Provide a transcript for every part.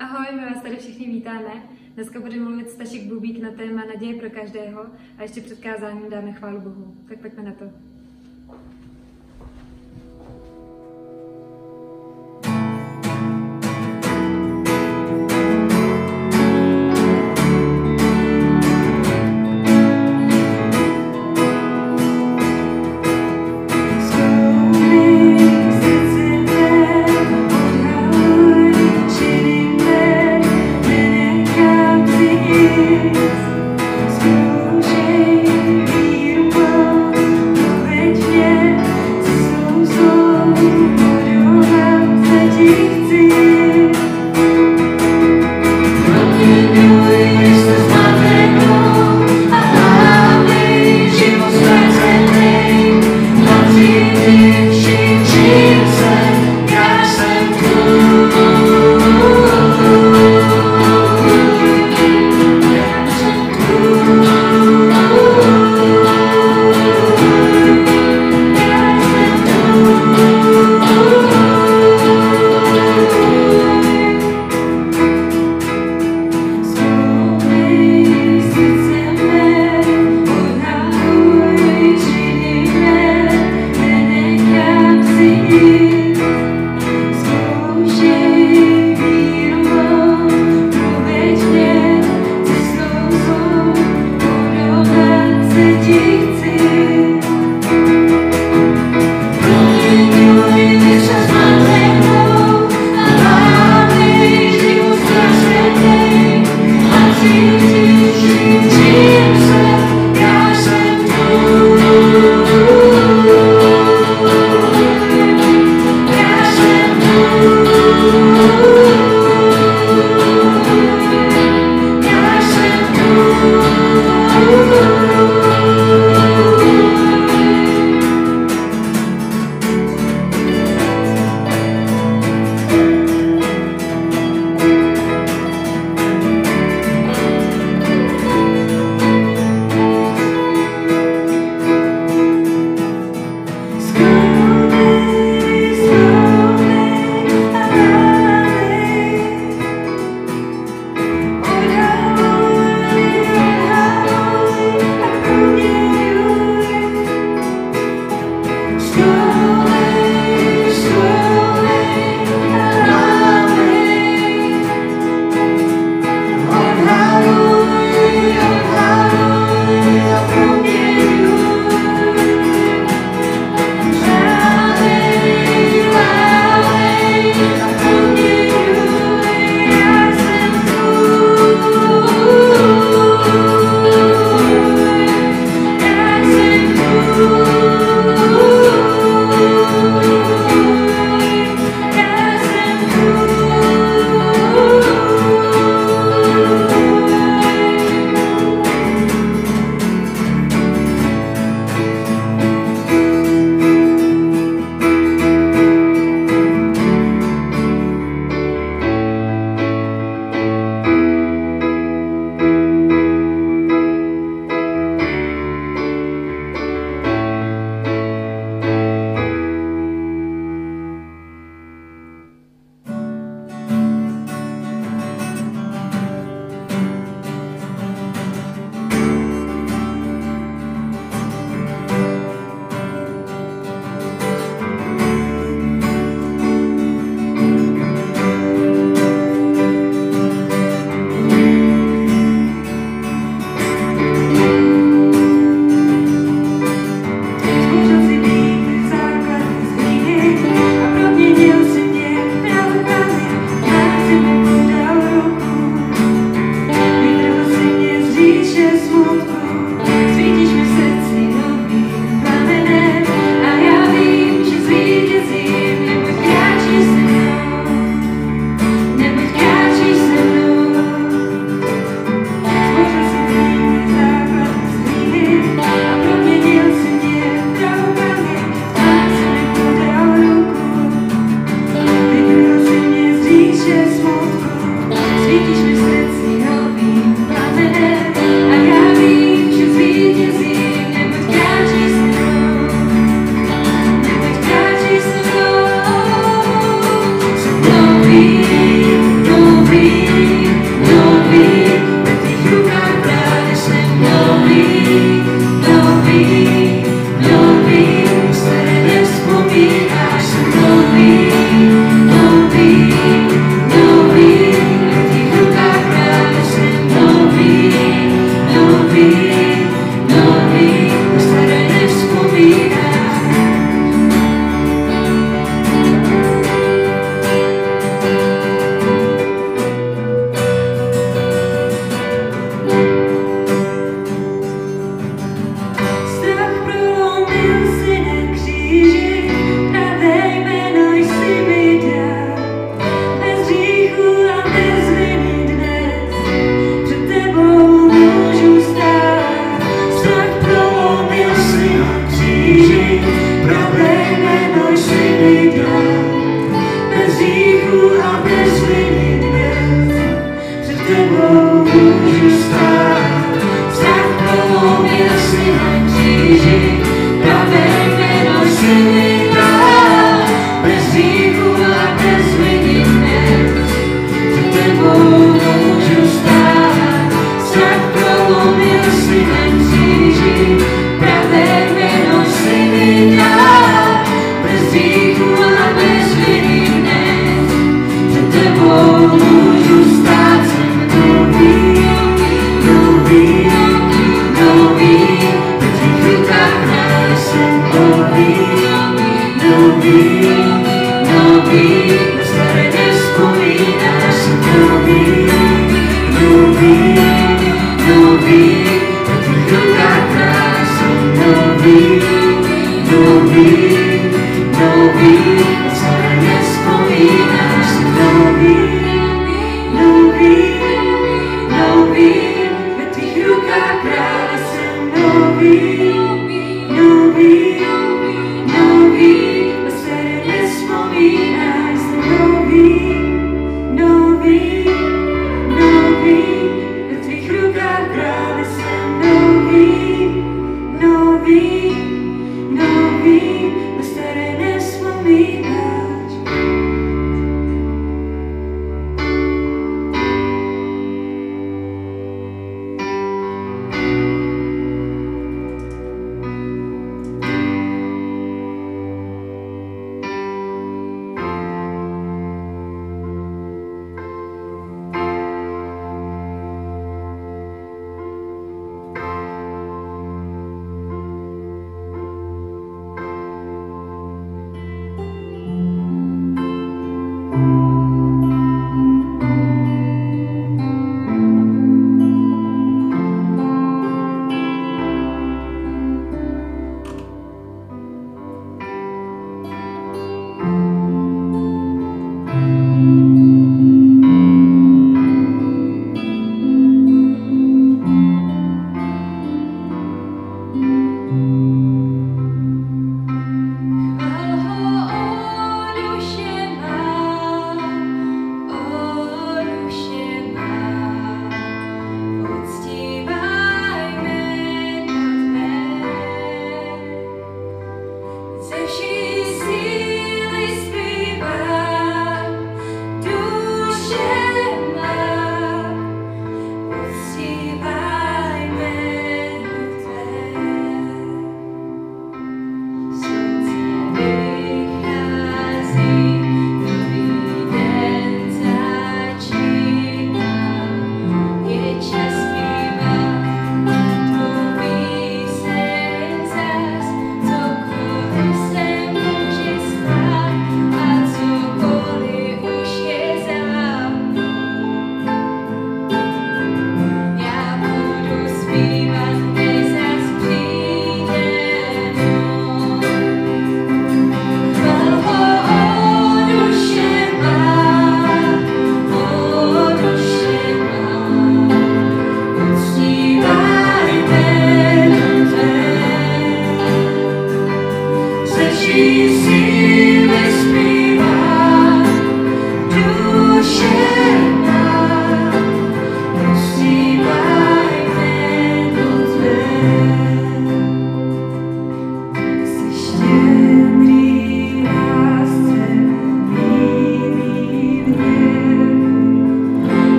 Ahoj, my vás tady všichni vítáme. Dneska bude mluvit Stašek Bubík na téma Naděje pro každého a ještě před kázáním dáme chválu Bohu. Tak pojďme na to.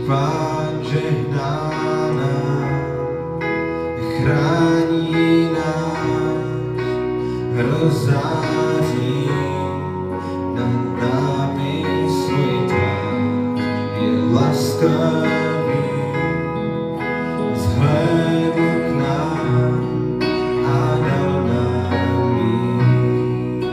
Pán žehná nám, chrání nás, rozáří nad námi svůj tvář, je laskavý, zhlédl k nám a dal nám mír.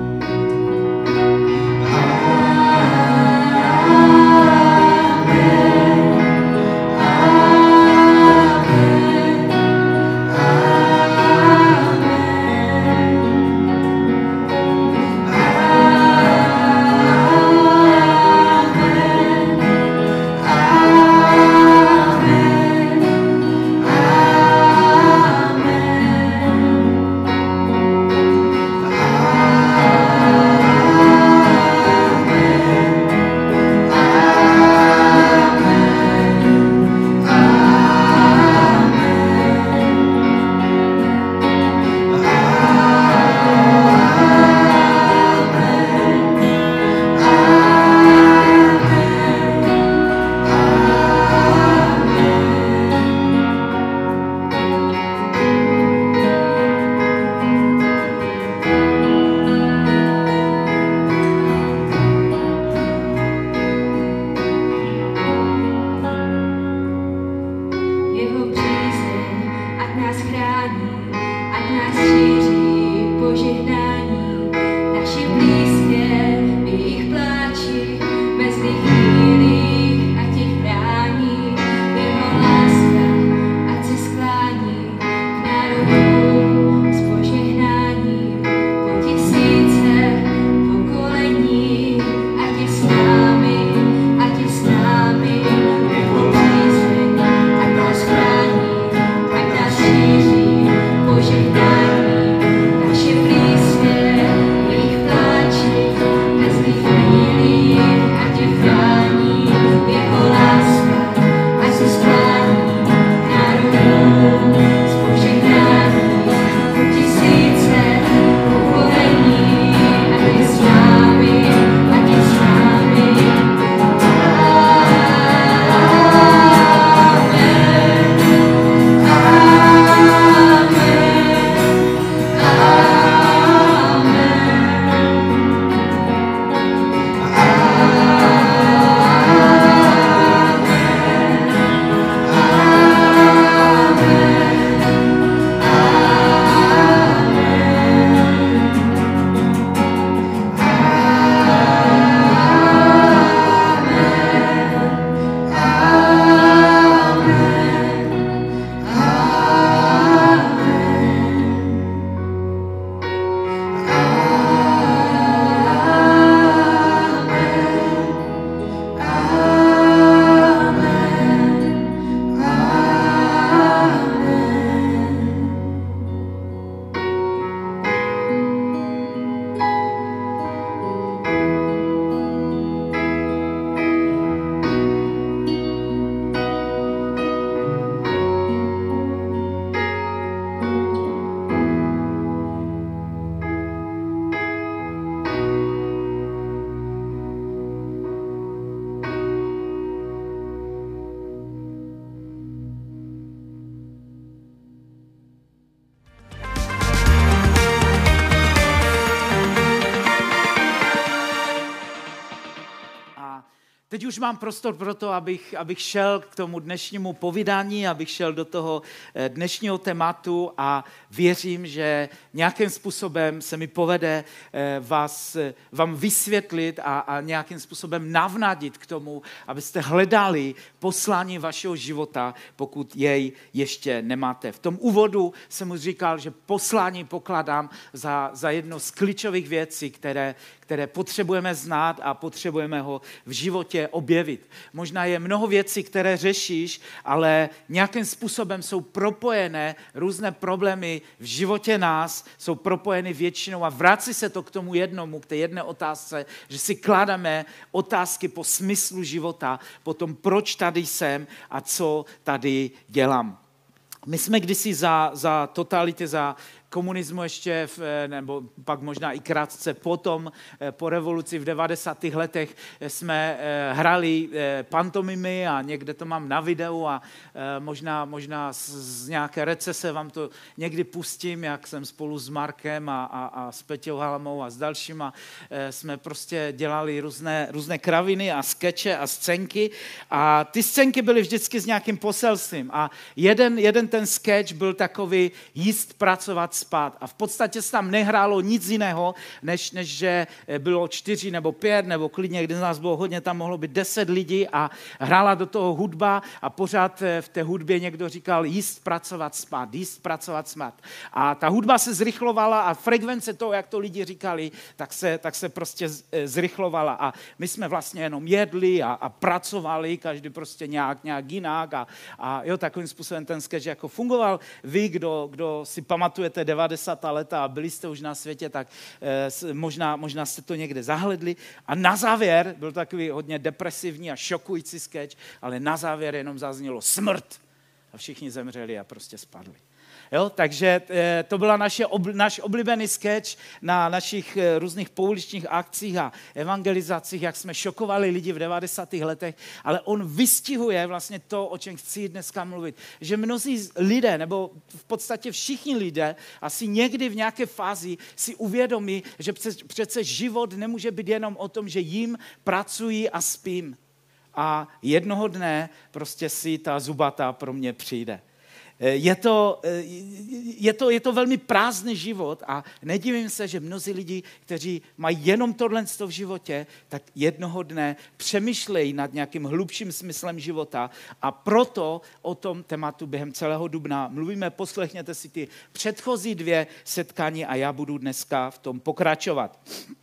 Teď už mám prostor pro to, abych šel k tomu dnešnímu povídání, abych šel do toho dnešního tématu a věřím, že nějakým způsobem se mi povede vám vysvětlit a nějakým způsobem navnadit k tomu, abyste hledali poslání vašeho života, pokud jej ještě nemáte. V tom úvodu jsem už říkal, že poslání pokládám za jedno z klíčových věcí, které potřebujeme znát a potřebujeme ho v životě objevit. Možná je mnoho věcí, které řešíš, ale nějakým způsobem jsou propojené různé problémy v životě nás, jsou propojeny většinou a vrací se to k tomu jednomu, k té jedné otázce, že si klademe otázky po smyslu života, po tom, proč tady jsem a co tady dělám. My jsme kdysi za totality, za komunismu ještě, nebo pak možná i krátce potom, po revoluci v 90. letech jsme hrali pantomimy a někde to mám na videu a možná z nějaké recese vám to někdy pustím, jak jsem spolu s Markem a s Peťou Halamou a s dalšíma jsme prostě dělali různé kraviny a skeče a scénky a ty scénky byly vždycky s nějakým poselstvím a jeden ten sketch byl takový jíst, pracovat, spát a v podstatě se tam nehrálo nic jiného, než že bylo 4 nebo 5 nebo klidně, když nás bylo hodně, tam mohlo být 10 lidí a hrála do toho hudba a pořád v té hudbě někdo říkal jíst, pracovat, spát, jíst, pracovat, spát. A ta hudba se zrychlovala a frekvence toho, jak to lidi říkali, tak se prostě zrychlovala a my jsme vlastně jenom jedli a pracovali, každý prostě nějak jinak a jo, takovým způsobem ten sketch jako fungoval. Vy, kdo si pamatujete 90. leta a byli jste už na světě, tak možná jste to někde zahledli. A na závěr, byl takový hodně depresivní a šokující sketch, ale na závěr jenom zaznělo smrt a všichni zemřeli a prostě spadli. Jo, takže to byla náš oblíbený sketch na našich různých pouličních akcích a evangelizacích, jak jsme šokovali lidi v 90. letech, ale on vystihuje vlastně to, o čem chci dneska mluvit, že mnozí lidé, nebo v podstatě všichni lidé, asi někdy v nějaké fázi si uvědomí, že přece život nemůže být jenom o tom, že jim, pracují a spím. A jednoho dne prostě si ta zubata pro mě přijde. Je to velmi prázdný život a nedivím se, že mnozí lidi, kteří mají jenom tohle v životě, tak jednoho dne přemýšlejí nad nějakým hlubším smyslem života a proto o tom tématu během celého dubna mluvíme, poslechněte si ty předchozí 2 setkání a já budu dneska v tom pokračovat.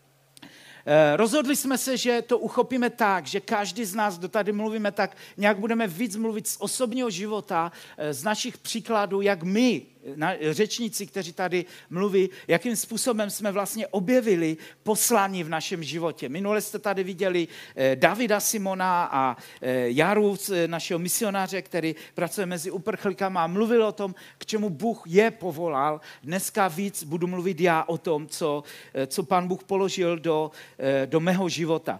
Rozhodli jsme se, že to uchopíme tak, že každý z nás, kdo tady mluvíme, tak nějak budeme víc mluvit z osobního života, z našich příkladů, jak my, řečníci, kteří tady mluví, jakým způsobem jsme vlastně objevili poslání v našem životě. Minule jste tady viděli Davida Simona a Jaru, našeho misionáře, který pracuje mezi uprchlíkama a mluvil o tom, k čemu Bůh je povolal. Dneska víc budu mluvit já o tom, co Pán Bůh položil do mého života.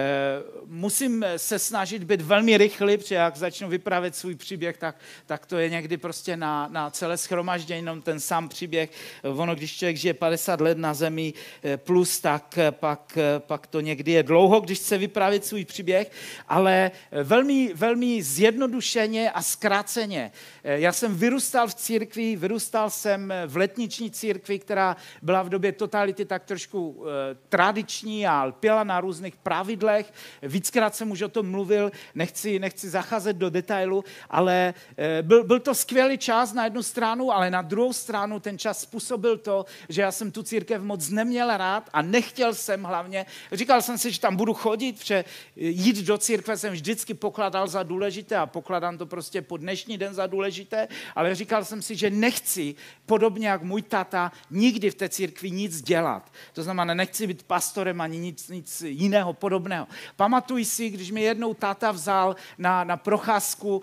Musím se snažit být velmi rychlý, protože jak začnu vyprávět svůj příběh, tak to je někdy prostě na celé shromáždění, jenom ten sám příběh. Ono, když člověk žije 50 let na zemi plus, tak pak to někdy je dlouho, když chce vyprávět svůj příběh, ale velmi, velmi zjednodušeně a zkráceně. Já jsem vyrůstal v církvi, vyrůstal jsem v letniční církvi, která byla v době totality tak trošku tradiční a lpěla na různých pravidlech. Víckrát jsem už o tom mluvil, nechci zacházet do detailu, ale byl to skvělý čas na jednu stranu, ale na druhou stranu ten čas způsobil to, že já jsem tu církev moc neměl rád a nechtěl jsem hlavně. Říkal jsem si, že tam budu chodit, protože jít do církve jsem vždycky pokládal za důležité a pokládám to prostě po dnešní den za důležité, ale říkal jsem si, že nechci, podobně jak můj táta, nikdy v té církvi nic dělat. To znamená, nechci být pastorem ani nic jiného podobného. Pamatuji si, když mě jednou táta vzal na procházku,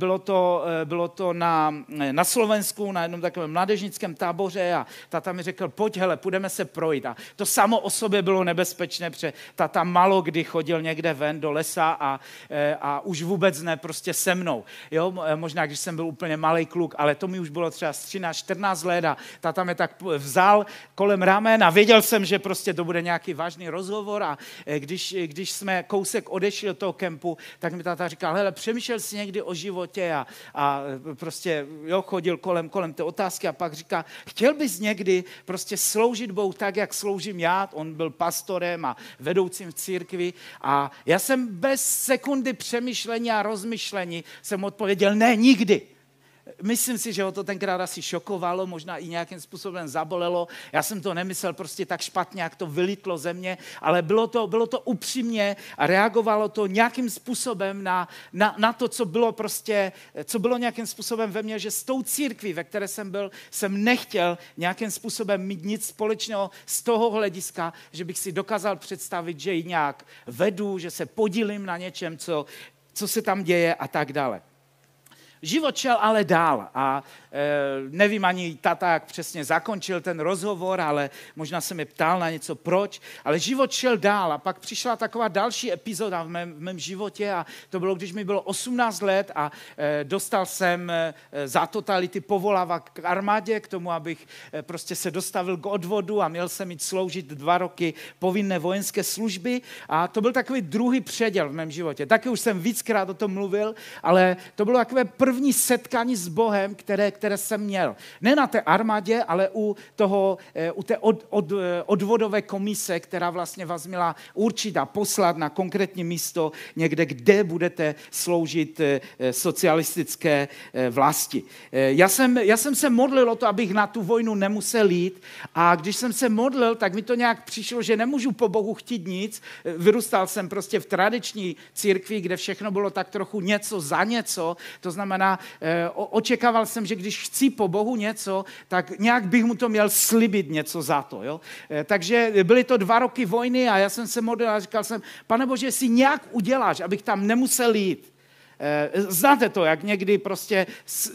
bylo to na Slovensku, na jednom takovém mládežnickém táboře a táta mi řekl, pojď, hele, půjdeme se projít. A to samo o sobě bylo nebezpečné, protože táta málo kdy chodil někde ven do lesa a už vůbec ne prostě se mnou. Jo? Možná, když jsem byl úplně malej kluk, ale to mi už bylo třeba 13-14 let a táta mě tak vzal kolem ramen a věděl jsem, že prostě to bude nějaký vážný rozhovor a když jsme kousek odešli od toho kempu, tak mi táta říkal, hele, přemýšlel jsi někdy o životě a prostě jo, chodil kolem té otázky a pak říká, chtěl bys někdy prostě sloužit Bohu tak, jak sloužím já? On byl pastorem a vedoucím v církvi a já jsem bez sekundy přemýšlení a rozmyšlení jsem odpověděl, ne, nikdy. Myslím si, že ho to tenkrát asi šokovalo, možná i nějakým způsobem zabolelo. Já jsem to nemyslel prostě tak špatně, jak to vylítlo ze mě, ale bylo to upřímně a reagovalo to nějakým způsobem na to, co bylo nějakým způsobem ve mně, že s tou církví, ve které jsem byl, jsem nechtěl nějakým způsobem mít nic společného z toho hlediska, že bych si dokázal představit, že ji nějak vedu, že se podílím na něčem, co se tam děje a tak dále. život šel ale dál a nevím ani tata, jak přesně zakončil ten rozhovor, ale možná se mě ptal na něco proč, ale život šel dál a pak přišla taková další epizoda v mém životě a to bylo, když mi bylo 18 let a dostal jsem za totality povolává k armádě, k tomu, abych prostě se dostavil k odvodu a měl jsem jít sloužit 2 roky povinné vojenské služby a to byl takový druhý předěl v mém životě. Taky už jsem víckrát o tom mluvil, ale to bylo takové první setkání s Bohem, které jsem měl. Ne na té armádě, ale u té odvodové komise, která vlastně vás měla určit a poslat na konkrétní místo někde, kde budete sloužit socialistické vlasti. Já jsem se modlil o to, abych na tu vojnu nemusel jít a když jsem se modlil, tak mi to nějak přišlo, že nemůžu po Bohu chtít nic. Vyrůstal jsem prostě v tradiční církvi, kde všechno bylo tak trochu něco za něco. To znamená, očekával jsem, že když chci po Bohu něco, tak nějak bych mu to měl slibit něco za to. Jo? Takže byly to 2 roky vojny a já jsem se modlil a říkal jsem, Pane Bože, jestli nějak uděláš, abych tam nemusel jít. Znáte to, jak někdy prostě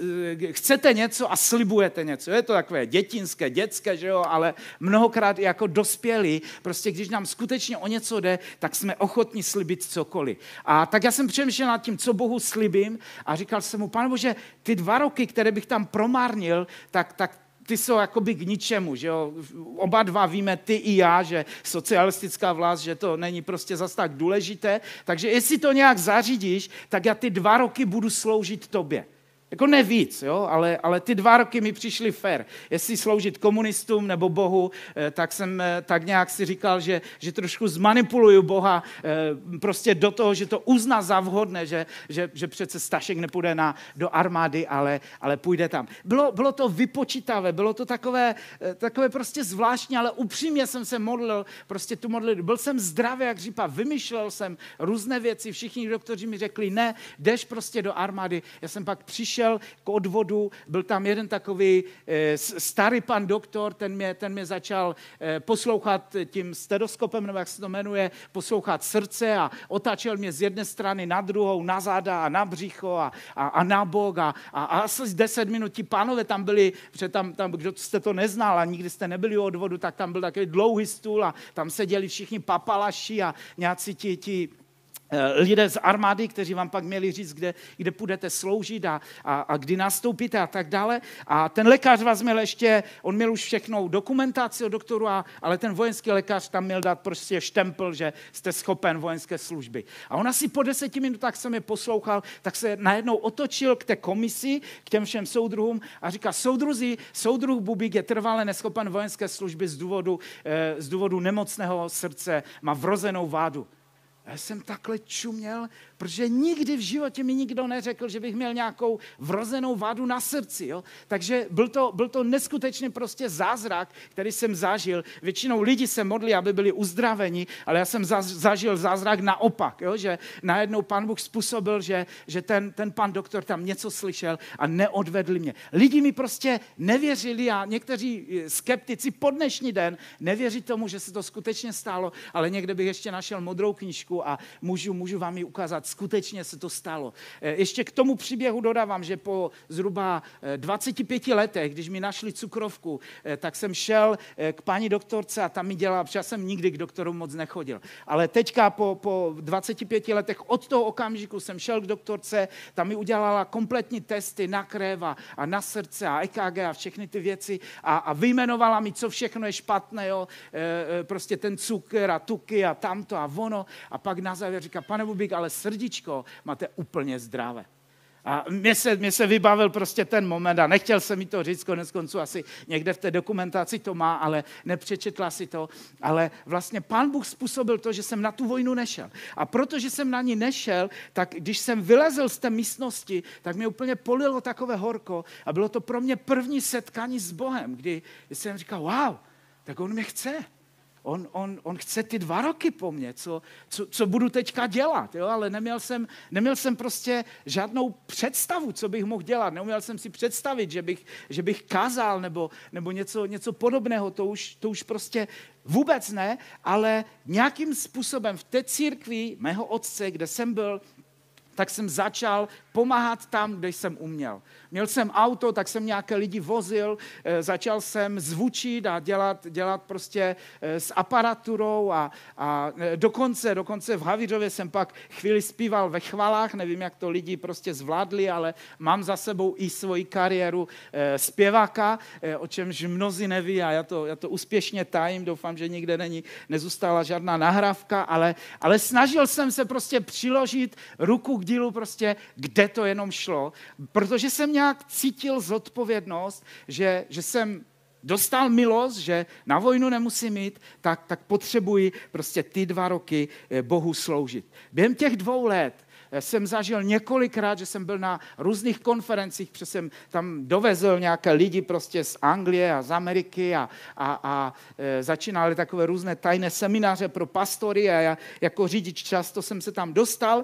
chcete něco a slibujete něco. Je to takové dětinské, dětské, že jo, ale mnohokrát i jako dospělí, prostě když nám skutečně o něco jde, tak jsme ochotní slibit cokoliv. A tak já jsem přemýšlel nad tím, co Bohu slibím a říkal jsem mu, Pane Bože, ty 2 roky, které bych tam promárnil, tak ty jsou jakoby k ničemu, že jo. Oba dva víme, ty i já, že socialistická vlast, že to není prostě zas tak důležité. Takže jestli to nějak zařídíš, tak já ty 2 roky budu sloužit tobě. Jako ne víc, jo? Ale ty 2 roky mi přišly fair. Jestli sloužit komunistům nebo Bohu, tak jsem tak nějak si říkal, že trošku zmanipuluju Boha prostě do toho, že to uzná za vhodné, že přece Stašek nepůjde do armády, ale půjde tam. Bylo to vypočítavé, bylo to takové prostě zvláštní, ale upřímně jsem se modlil, prostě tu modlitbu. Byl jsem zdravý jak řípa, vymýšlel jsem různé věci, všichni doktoři mi řekli, ne, jdeš prostě do armády. Já jsem pak přišel k odvodu, byl tam jeden takový starý pan doktor, ten mě začal poslouchat tím stetoskopem, nebo jak se to jmenuje, poslouchat srdce a otáčel mě z jedné strany na druhou, na záda a na břicho a na bok a asi 10 minut ti pánové tam byli, protože tam, kdo jste to neznal a nikdy jste nebyli u odvodu, tak tam byl takový dlouhý stůl a tam seděli všichni papalaši a nějací ti lidé z armády, kteří vám pak měli říct, kde půjdete sloužit a kdy nastoupíte a tak dále. A ten lékař vás měl ještě, on měl už všechnou dokumentaci od doktoru, ale ten vojenský lékař tam měl dát prostě štempl, že jste schopen vojenské služby. A on asi po 10 minutách jsem je poslouchal, tak se najednou otočil k té komisi, k těm všem soudruhům a říká, soudruh Bubík je trvale neschopen vojenské služby z důvodu nemocného srdce, má vrozenou vádu. Já jsem takhle čuměl, protože nikdy v životě mi nikdo neřekl, že bych měl nějakou vrozenou vadu na srdci. Jo? Takže byl to neskutečně prostě zázrak, který jsem zažil. Většinou lidi se modlí, aby byli uzdraveni, ale já jsem zažil zázrak naopak, jo? Že najednou Pán Bůh způsobil, že ten pan doktor tam něco slyšel a neodvedli mě. Lidi mi prostě nevěřili a někteří skeptici po dnešní den nevěří tomu, že se to skutečně stalo, ale někde bych ještě našel modrou knížku a můžu vám ji ukázat. Skutečně se to stalo. Ještě k tomu příběhu dodávám, že po zhruba 25 letech, když mi našli cukrovku, tak jsem šel k paní doktorce a tam mi dělala, protože já jsem nikdy k doktoru moc nechodil. Ale teďka po 25 letech od toho okamžiku jsem šel k doktorce, tam mi udělala kompletní testy na krev a na srdce a EKG a všechny ty věci a vyjmenovala mi, co všechno je špatné, jo? Prostě ten cukr a tuky a tamto a ono. A pak na závěr říká, pane Bubík, ale srdíčko máte úplně zdravé. A mě se vybavil prostě ten moment a nechtěl jsem mi to říct, koneckonců asi někde v té dokumentaci to má, ale nepřečetla si to. Ale vlastně Pán Bůh způsobil to, že jsem na tu vojnu nešel. A protože jsem na ní nešel, tak když jsem vylezl z té místnosti, tak mě úplně polilo takové horko a bylo to pro mě první setkání s Bohem, kdy jsem říkal, wow, tak on mě chce. On chce ty 2 roky po mně, co budu teďka dělat, jo? Ale neměl jsem prostě žádnou představu, co bych mohl dělat. Neuměl jsem si představit, že bych kázal nebo něco podobného, to už prostě vůbec ne, ale nějakým způsobem v té církvi mého otce, kde jsem byl, tak jsem začal pomáhat tam, kde jsem uměl. Měl jsem auto, tak jsem nějaké lidi vozil, začal jsem zvučit a dělat prostě s aparaturou a dokonce v Havířově jsem pak chvíli zpíval ve chvalách, nevím, jak to lidi prostě zvládli, ale mám za sebou i svoji kariéru zpěváka, o čemž mnozí neví a já to úspěšně tajím, doufám, že nikde nezůstala žádná nahrávka, ale snažil jsem se prostě přiložit ruku k dílu prostě, kde to jenom šlo, protože jsem nějak cítil zodpovědnost, že jsem dostal milost, že na vojnu nemusím jít, tak potřebuji prostě ty 2 roky Bohu sloužit. Během těch 2 let jsem zažil několikrát, že jsem byl na různých konferencích, protože jsem tam dovezl nějaké lidi prostě z Anglie a z Ameriky a začínaly takové různé tajné semináře pro pastory a já jako řidič často jsem se tam dostal.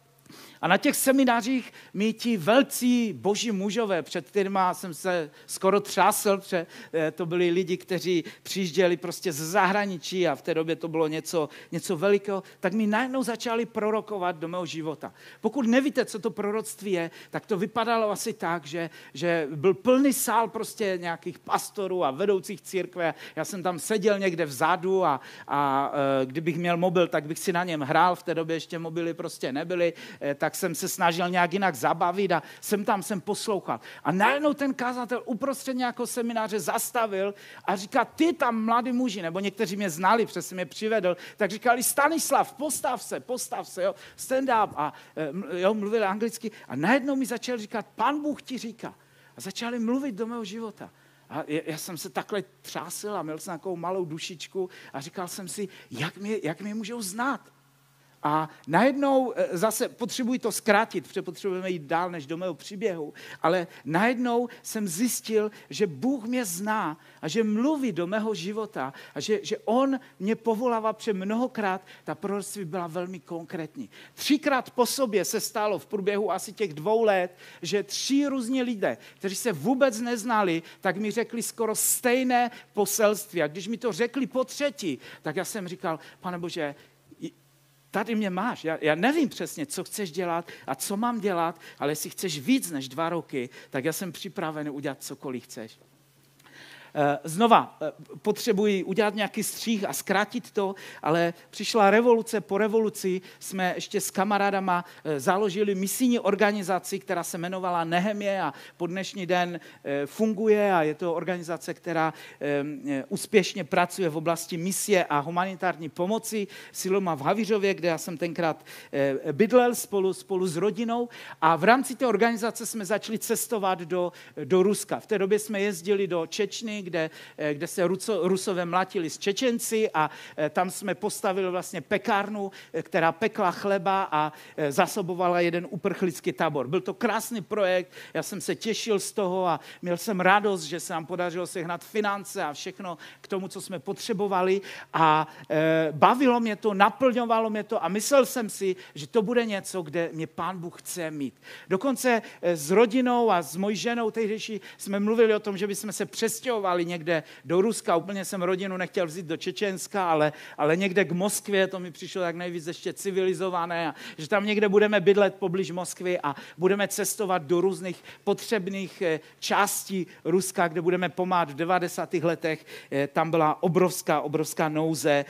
A na těch seminářích mi ti velcí boží mužové, před kterými jsem se skoro třásl, protože to byli lidi, kteří přijížděli prostě ze zahraničí a v té době to bylo něco velikého, tak mi najednou začali prorokovat do mého života. Pokud nevíte, co to proroctví je, tak to vypadalo asi tak, že byl plný sál prostě nějakých pastorů a vedoucích církve. Já jsem tam seděl někde vzadu a kdybych měl mobil, tak bych si na něm hrál. V té době ještě mobily prostě nebyly, tak jsem se snažil nějak jinak zabavit a jsem poslouchal. A najednou ten kázatel uprostřed nějakého semináře zastavil a říká, ty tam mladí muži, nebo někteří mě znali, protože jsem je přivedl, tak říkali, Stanislav, postav se, jo, stand up. A mluvili anglicky a najednou mi začal říkat, Pán Bůh ti říká. A začali mluvit do mého života. A já jsem se takhle třásil a měl jsem takovou malou dušičku a říkal jsem si, jak mě můžou znát. A najednou zase potřebuji to zkrátit, protože potřebujeme jít dál než do mého příběhu, ale najednou jsem zjistil, že Bůh mě zná a že mluví do mého života a že on mě povolává, protože mnohokrát ta proroctví byla velmi konkrétní. 3krát po sobě se stalo v průběhu asi těch 2 let, že 3 různí lidé, kteří se vůbec neznali, tak mi řekli skoro stejné poselství. A když mi to řekli po 3., tak já jsem říkal, Pane Bože, tady mě máš, já nevím přesně, co chceš dělat a co mám dělat, ale jestli chceš víc než 2 roky, tak já jsem připraven udělat cokoliv chceš. Znova, potřebuji udělat nějaký střih a zkrátit to, ale přišla revoluce, po revoluci jsme ještě s kamarádama založili misijní organizaci, která se jmenovala Nehemie a po dnešní den funguje a je to organizace, která úspěšně pracuje v oblasti misie a humanitární pomoci. Sídlo má v Havířově, kde já jsem tenkrát bydlel spolu s rodinou a v rámci té organizace jsme začali cestovat do Ruska. V té době jsme jezdili do Čečny, kde se Rusové mlátili s Čečenci a tam jsme postavili vlastně pekárnu, která pekla chleba a zasobovala jeden uprchlický tábor. Byl to krásný projekt, já jsem se těšil z toho a měl jsem radost, že se nám podařilo sehnat finance a všechno k tomu, co jsme potřebovali a bavilo mě to, naplňovalo mě to a myslel jsem si, že to bude něco, kde mě Pán Bůh chce mít. Dokonce s rodinou a s mojí ženou tehdejší jsme mluvili o tom, že bychom se přestěhovali někde do Ruska. Úplně jsem rodinu nechtěl vzít do Čečenska, ale někde k Moskvě, to mi přišlo tak nejvíc ještě civilizované, a že tam někde budeme bydlet poblíž Moskvy a budeme cestovat do různých potřebných částí Ruska, kde budeme pomáhat v 90. letech. Tam byla obrovská nouze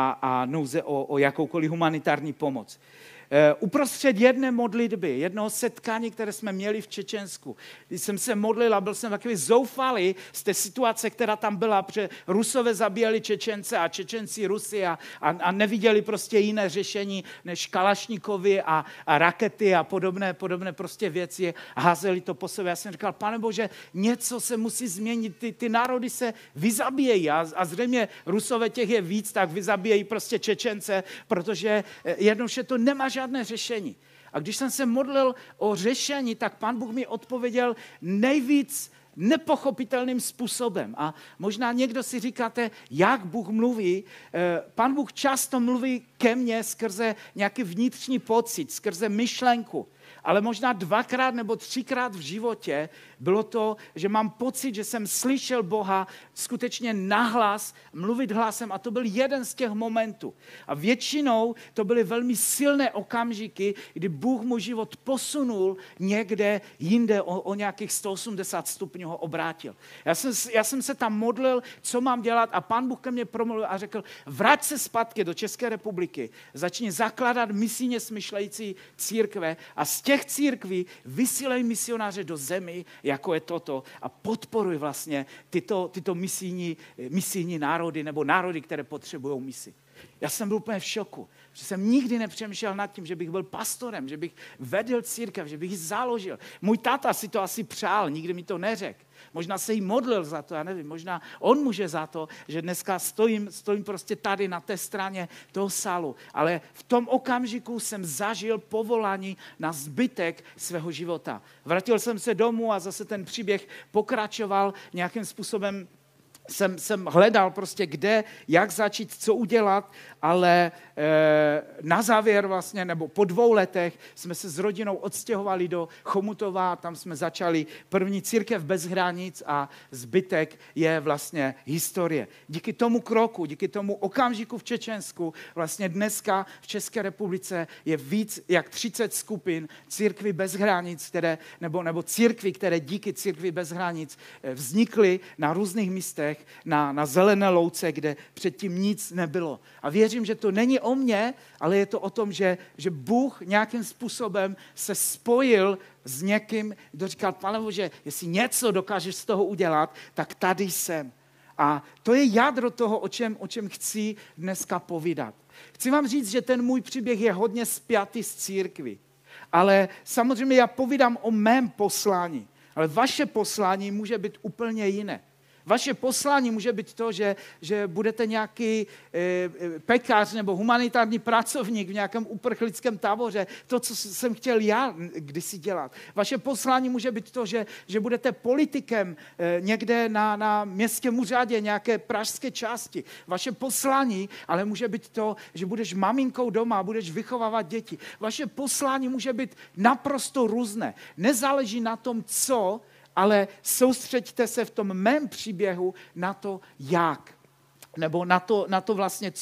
a nouze o jakoukoliv humanitární pomoc. Uprostřed jedné modlitby, jednoho setkání, které jsme měli v Čečensku, když jsem se modlil a byl jsem takový zoufalý z té situace, která tam byla, protože Rusové zabíjeli Čečence a Čečenci Rusy a neviděli prostě jiné řešení než kalašníkovi a rakety a podobné prostě věci a házeli to po sobě. Já jsem říkal, Pane Bože, něco se musí změnit, ty národy se vyzabíjejí a zřejmě Rusové těch je víc, tak vyzabíjejí prostě Čečence, protože jednoduše to nemá žádné řešení. A když jsem se modlil o řešení, tak Pán Bůh mi odpověděl nejvíc nepochopitelným způsobem. A možná někdo si říkáte, jak Bůh mluví. Pán Bůh často mluví ke mně skrze nějaký vnitřní pocit, skrze myšlenku. ale možná 2krát nebo 3krát v životě bylo to, že mám pocit, že jsem slyšel Boha skutečně nahlas, mluvit hlasem a to byl jeden z těch momentů. A většinou to byly velmi silné okamžiky, kdy Bůh můj život posunul někde jinde, o nějakých 180 stupňů ho obrátil. Já jsem se tam modlil, co mám dělat a Pán Bůh ke mně promluvil a řekl, vrať se zpátky do České republiky, začni zakládat misijně smyšlející církve a z těch církví vysílej misionáře do zemí, jako je toto a podporuj vlastně tyto misijní národy nebo národy, které potřebují misi. Já jsem byl úplně v šoku, že jsem nikdy nepřemýšlel nad tím, že bych byl pastorem, že bych vedl církev, že bych ji založil. Můj táta si to asi přál, nikdy mi to neřekl. Možná se jí modlil za to, já nevím, možná on může za to, že dneska stojím prostě tady na té straně toho sálu. Ale v tom okamžiku jsem zažil povolání na zbytek svého života. Vrátil jsem se domů a zase ten příběh pokračoval nějakým způsobem. Jsem hledal prostě kde, jak začít, co udělat, ale na závěr vlastně, nebo po 2 letech jsme se s rodinou odstěhovali do Chomutova, tam jsme začali první církev bez hranic a zbytek je vlastně historie. Díky tomu kroku, díky tomu okamžiku v Čečensku, vlastně dneska v České republice je víc jak 30 skupin církví bez hranic, nebo církví, které díky církvi bez hranic vznikly na různých místech, na zelené louce, kde předtím nic nebylo. A věřím, že to není o mně, ale je to o tom, že Bůh nějakým způsobem se spojil s někým, kdo říkal, Pane Bože, jestli něco dokážeš z toho udělat, tak tady jsem. A to je jádro toho, o čem chci dneska povídat. Chci vám říct, že ten můj příběh je hodně spjatý s církví. Ale samozřejmě já povídám o mém poslání. Ale vaše poslání může být úplně jiné. Vaše poslání může být to, že budete nějaký pekař nebo humanitární pracovník v nějakém uprchlickém táboře. To, co jsem chtěl já kdysi dělat. Vaše poslání může být to, že budete politikem někde na městském úřadě nějaké pražské části. Vaše poslání ale může být to, že budeš maminkou doma a budeš vychovávat děti. Vaše poslání může být naprosto různé. Nezáleží na tom, co, ale soustřeďte se v tom mém příběhu na to, jak. Nebo na to vlastně,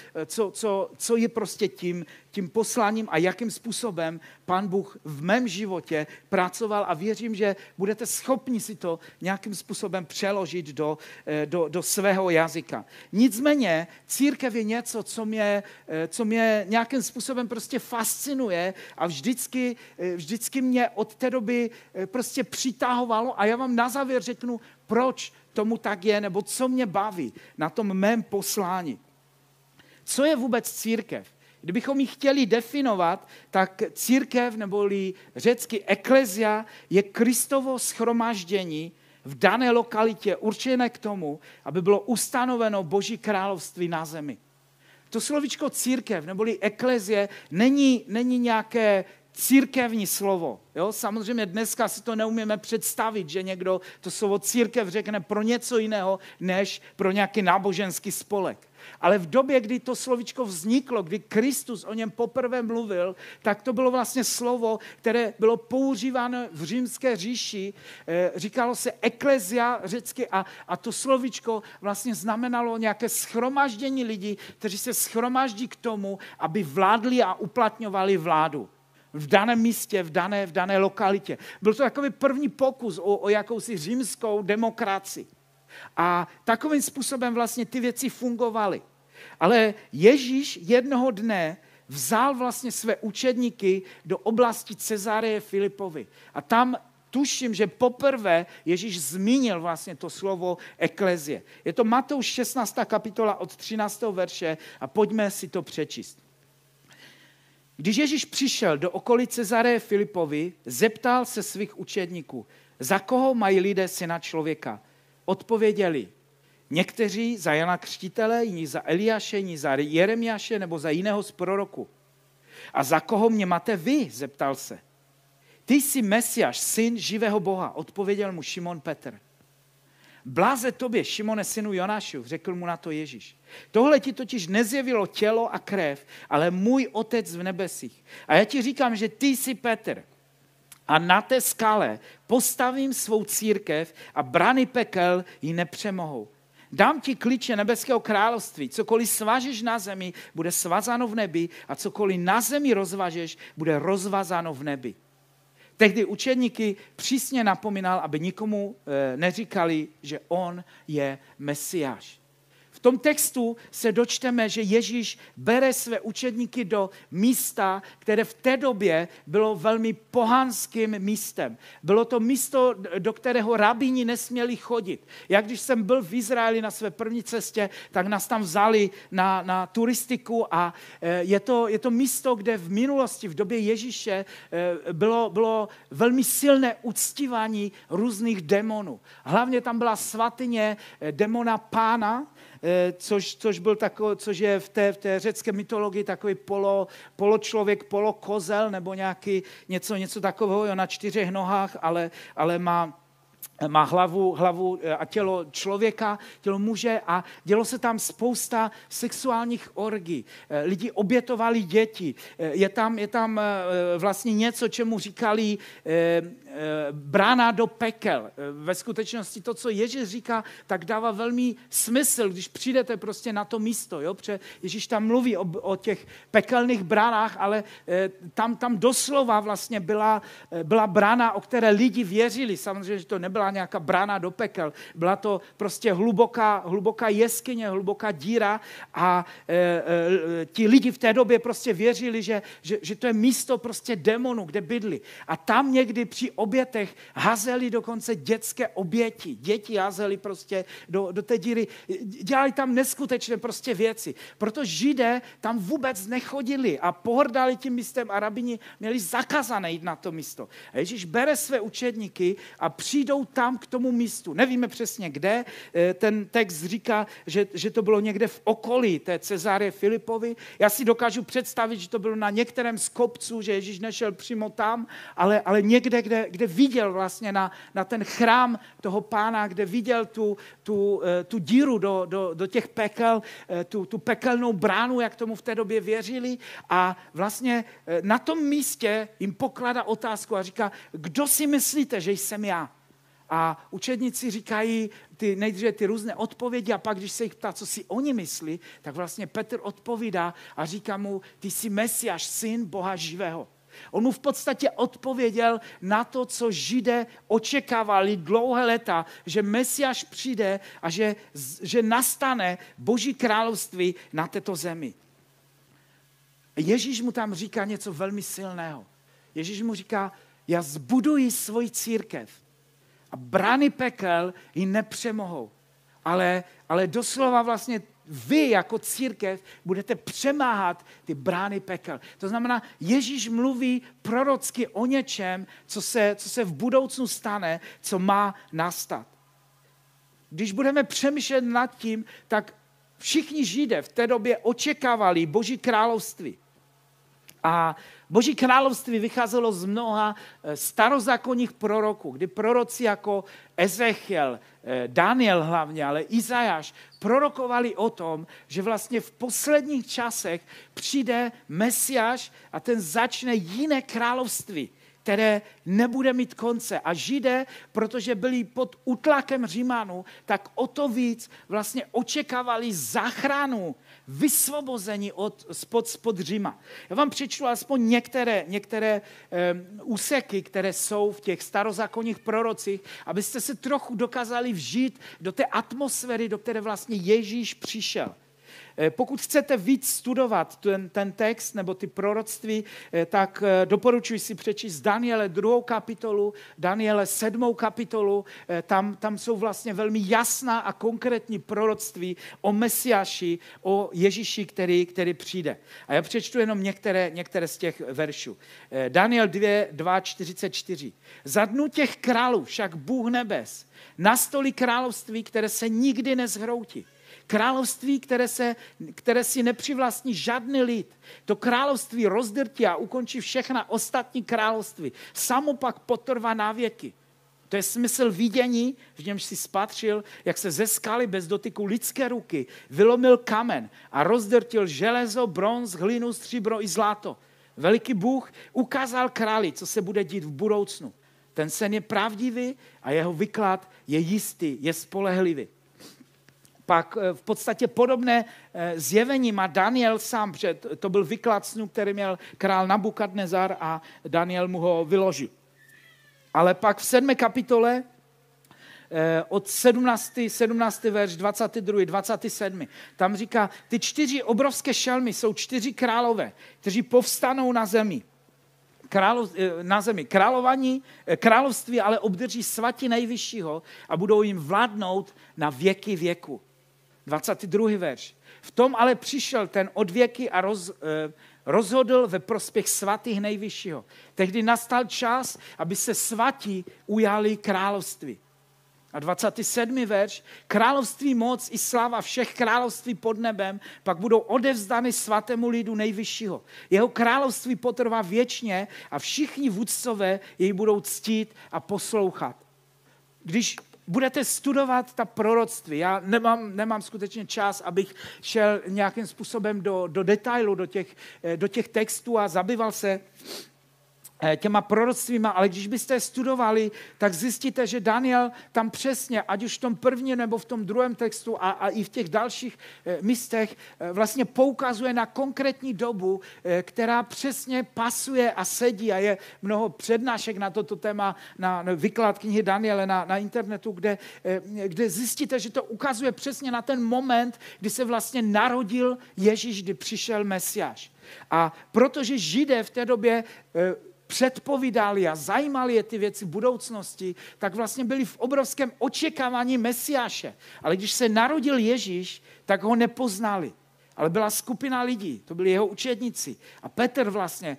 co je prostě tím posláním a jakým způsobem Pán Bůh v mém životě pracoval a věřím, že budete schopni si to nějakým způsobem přeložit do svého jazyka. Nicméně církev je něco, co mě nějakým způsobem prostě fascinuje a vždycky mě od té doby prostě přitahovalo a já vám na závěr řeknu, proč tomu tak je, nebo co mě baví na tom mém poslání. Co je vůbec církev? Kdybychom ji chtěli definovat, tak církev, neboli řecky eklesia, je Kristovo shromáždění v dané lokalitě určené k tomu, aby bylo ustanoveno Boží království na zemi. To slovíčko církev, neboli eklezie, není nějaké církevní slovo. Jo? Samozřejmě dneska si to neumíme představit, že někdo to slovo církev řekne pro něco jiného, než pro nějaký náboženský spolek. Ale v době, kdy to slovíčko vzniklo, kdy Kristus o něm poprvé mluvil, tak to bylo vlastně slovo, které bylo používáno v římské říši. Říkalo se eklezia řecky a to slovíčko vlastně znamenalo nějaké shromaždění lidí, kteří se shromaždí k tomu, aby vládli a uplatňovali vládu v daném místě, v dané lokalitě. Byl to takový první pokus o jakousi římskou demokracii. A takovým způsobem vlastně ty věci fungovaly. Ale Ježíš jednoho dne vzal vlastně své učedníky do oblasti Cezareje Filipovy. A tam tuším, že poprvé Ježíš zmínil vlastně to slovo eklezie. Je to Matouš 16. kapitola od 13. verše a pojďme si to přečíst. Když Ježíš přišel do okolí Cezareje Filipovy, zeptal se svých učedníků, za koho mají lidé syna člověka? Odpověděli, někteří za Jana Křtitele, jiní za Eliáše, jiní za Jeremiáše nebo za jiného z proroků. A za koho mě máte vy? Zeptal se. Ty jsi Mesiáš, syn živého Boha, odpověděl mu Šimon Petr. Bláze tobě, Šimone, synu Jonášův, řekl mu na to Ježíš. Tohle ti totiž nezjevilo tělo a krev, ale můj Otec v nebesích. A já ti říkám, že ty jsi Petr. a na té skale postavím svou církev a brany pekel ji nepřemohou. Dám ti klíče nebeského království. Cokoliv svažeš na zemi, bude svazáno v nebi a cokoliv na zemi rozvažeš, bude rozvazáno v nebi. Tehdy učedníky přísně napomínal, aby nikomu neříkali, že on je Mesiáš. V tom textu se dočteme, že Ježíš bere své učedníky do místa, které v té době bylo velmi pohanským místem. Bylo to místo, do kterého rabíni nesměli chodit. Jak když jsem byl v Izraeli na své první cestě, tak nás tam vzali na turistiku a je to místo, kde v minulosti, v době Ježíše, bylo velmi silné uctívání různých démonů. Hlavně tam byla svatyně démona Pána, což je v té řecké mytologii takový poločlověk, polokozel nebo něco takového, na 4 nohách, ale má hlavu a tělo člověka, tělo muže a dělo se tam spousta sexuálních orgií. Lidi obětovali děti. Je tam vlastně něco, čemu říkali brána do pekel. Ve skutečnosti to, co Ježíš říká, tak dává velmi smysl, když přijdete prostě na to místo. Jo? Protože Ježíš tam mluví o těch pekelných bránách, ale tam doslova vlastně byla brána, o které lidi věřili. Samozřejmě, že to nebyla nějaká brána do pekel. Byla to prostě hluboká jeskyně, hluboká díra a ti lidi v té době prostě věřili, že to je místo prostě démonů, kde bydli. A tam někdy při obětech hazeli dokonce dětské oběti. Děti hazeli prostě do té díry. Dělali tam neskutečné prostě věci. Proto Židé tam vůbec nechodili a pohrdali tím místem a rabini měli zakázané jít na to místo. A Ježíš bere své učedníky a přijdou tam k tomu místu. Nevíme přesně kde. Ten text říká, že to bylo někde v okolí té Cezárie Filipovi. Já si dokážu představit, že to bylo na některém z kopců, že Ježíš nešel přímo tam, ale někde, kde viděl vlastně na ten chrám toho Pána, kde viděl tu díru do těch pekel, tu pekelnou bránu, jak tomu v té době věřili. A vlastně na tom místě jim pokládá otázku a říká, kdo si myslíte, že jsem já? A učedníci říkají nejdříve ty různé odpovědi a pak, když se jich ptá, co si oni myslí, tak vlastně Petr odpovídá a říká mu, ty jsi Mesiáš, syn Boha živého. On mu v podstatě odpověděl na to, co Židé očekávali dlouhé léta, že Mesiáš přijde a že nastane Boží království na této zemi. Ježíš mu tam říká něco velmi silného. Ježíš mu říká, já zbuduji svoji církev a brány pekel ji nepřemohou. Ale doslova vlastně vy jako církev budete přemáhat ty brány pekel. To znamená, Ježíš mluví prorocky o něčem, co se v budoucnu stane, co má nastat. Když budeme přemýšlet nad tím, tak všichni Židé v té době očekávali Boží království. A Boží království vycházelo z mnoha starozákonních proroků, kdy proroci jako Ezechiel, Daniel hlavně, ale Izajáš prorokovali o tom, že vlastně v posledních časech přijde Mesiáš a ten začne jiné království, které nebude mít konce. A Židé, protože byli pod útlakem Římanů, tak o to víc vlastně očekávali záchranu, vysvobození spod Říma. Já vám přečtu aspoň některé úseky, které jsou v těch starozákonních prorocích, abyste se trochu dokázali vžít do té atmosféry, do které vlastně Ježíš přišel. Pokud chcete víc studovat ten text nebo ty proroctví, tak doporučuji si přečíst Daniele 2. kapitolu, Daniele 7. kapitolu. Tam jsou vlastně velmi jasná a konkrétní proroctví o Mesiáši, o Ježíši, který přijde. A já přečtu jenom některé z těch veršů. Daniel 2:44. Za dnů těch králů však Bůh nebes nastolí království, které se nikdy nezhroutí. Království, které si nepřivlastní žádný lid. To království rozdrtí a ukončí všechna ostatní království. Samo pak potrvá na věky. To je smysl vidění, v němž si spatřil, jak se ze skaly bez dotyku lidské ruky vylomil kamen a rozdrtil železo, bronz, hlinu, stříbro i zlato. Veliký Bůh ukázal králi, co se bude dít v budoucnu. Ten sen je pravdivý a jeho výklad je jistý, je spolehlivý. Pak v podstatě podobné zjevení má Daniel sám, protože to byl výklad snu, který měl král Nabukadnezar a Daniel mu ho vyložil. Ale pak v 7. kapitole od 17. verš, 22. 27. Tam říká, ty 4 obrovské šelmy jsou 4 králové, kteří povstanou na zemi. Království ale obdrží svatí nejvyššího a budou jim vládnout na věky věku. 22. verš. V tom ale přišel ten od věky a rozhodl ve prospěch svatých nejvyššího. Tehdy nastal čas, aby se svatí ujali království. A 27. verš. Království, moc i sláva všech království pod nebem pak budou odevzdány svatému lidu nejvyššího. Jeho království potrvá věčně a všichni vůdcové jej budou ctít a poslouchat. Když budete studovat ta proroctví, já nemám skutečně čas, abych šel nějakým způsobem do detailu, do těch textů a zabýval se těma proroctvíma, ale když byste je studovali, tak zjistíte, že Daniel tam přesně, ať už v tom prvním nebo v tom druhém textu a i v těch dalších místech vlastně poukazuje na konkrétní dobu, která přesně pasuje a sedí a je mnoho přednášek na toto téma, na výklad knihy Daniele na internetu, kde zjistíte, že to ukazuje přesně na ten moment, kdy se vlastně narodil Ježíš, kdy přišel Mesiáš. A protože Židé v té době předpovídali a zajímali je ty věci budoucnosti, tak vlastně byli v obrovském očekávání Mesiáše. Ale když se narodil Ježíš, tak ho nepoznali. Ale byla skupina lidí, to byli jeho učedníci. A Petr vlastně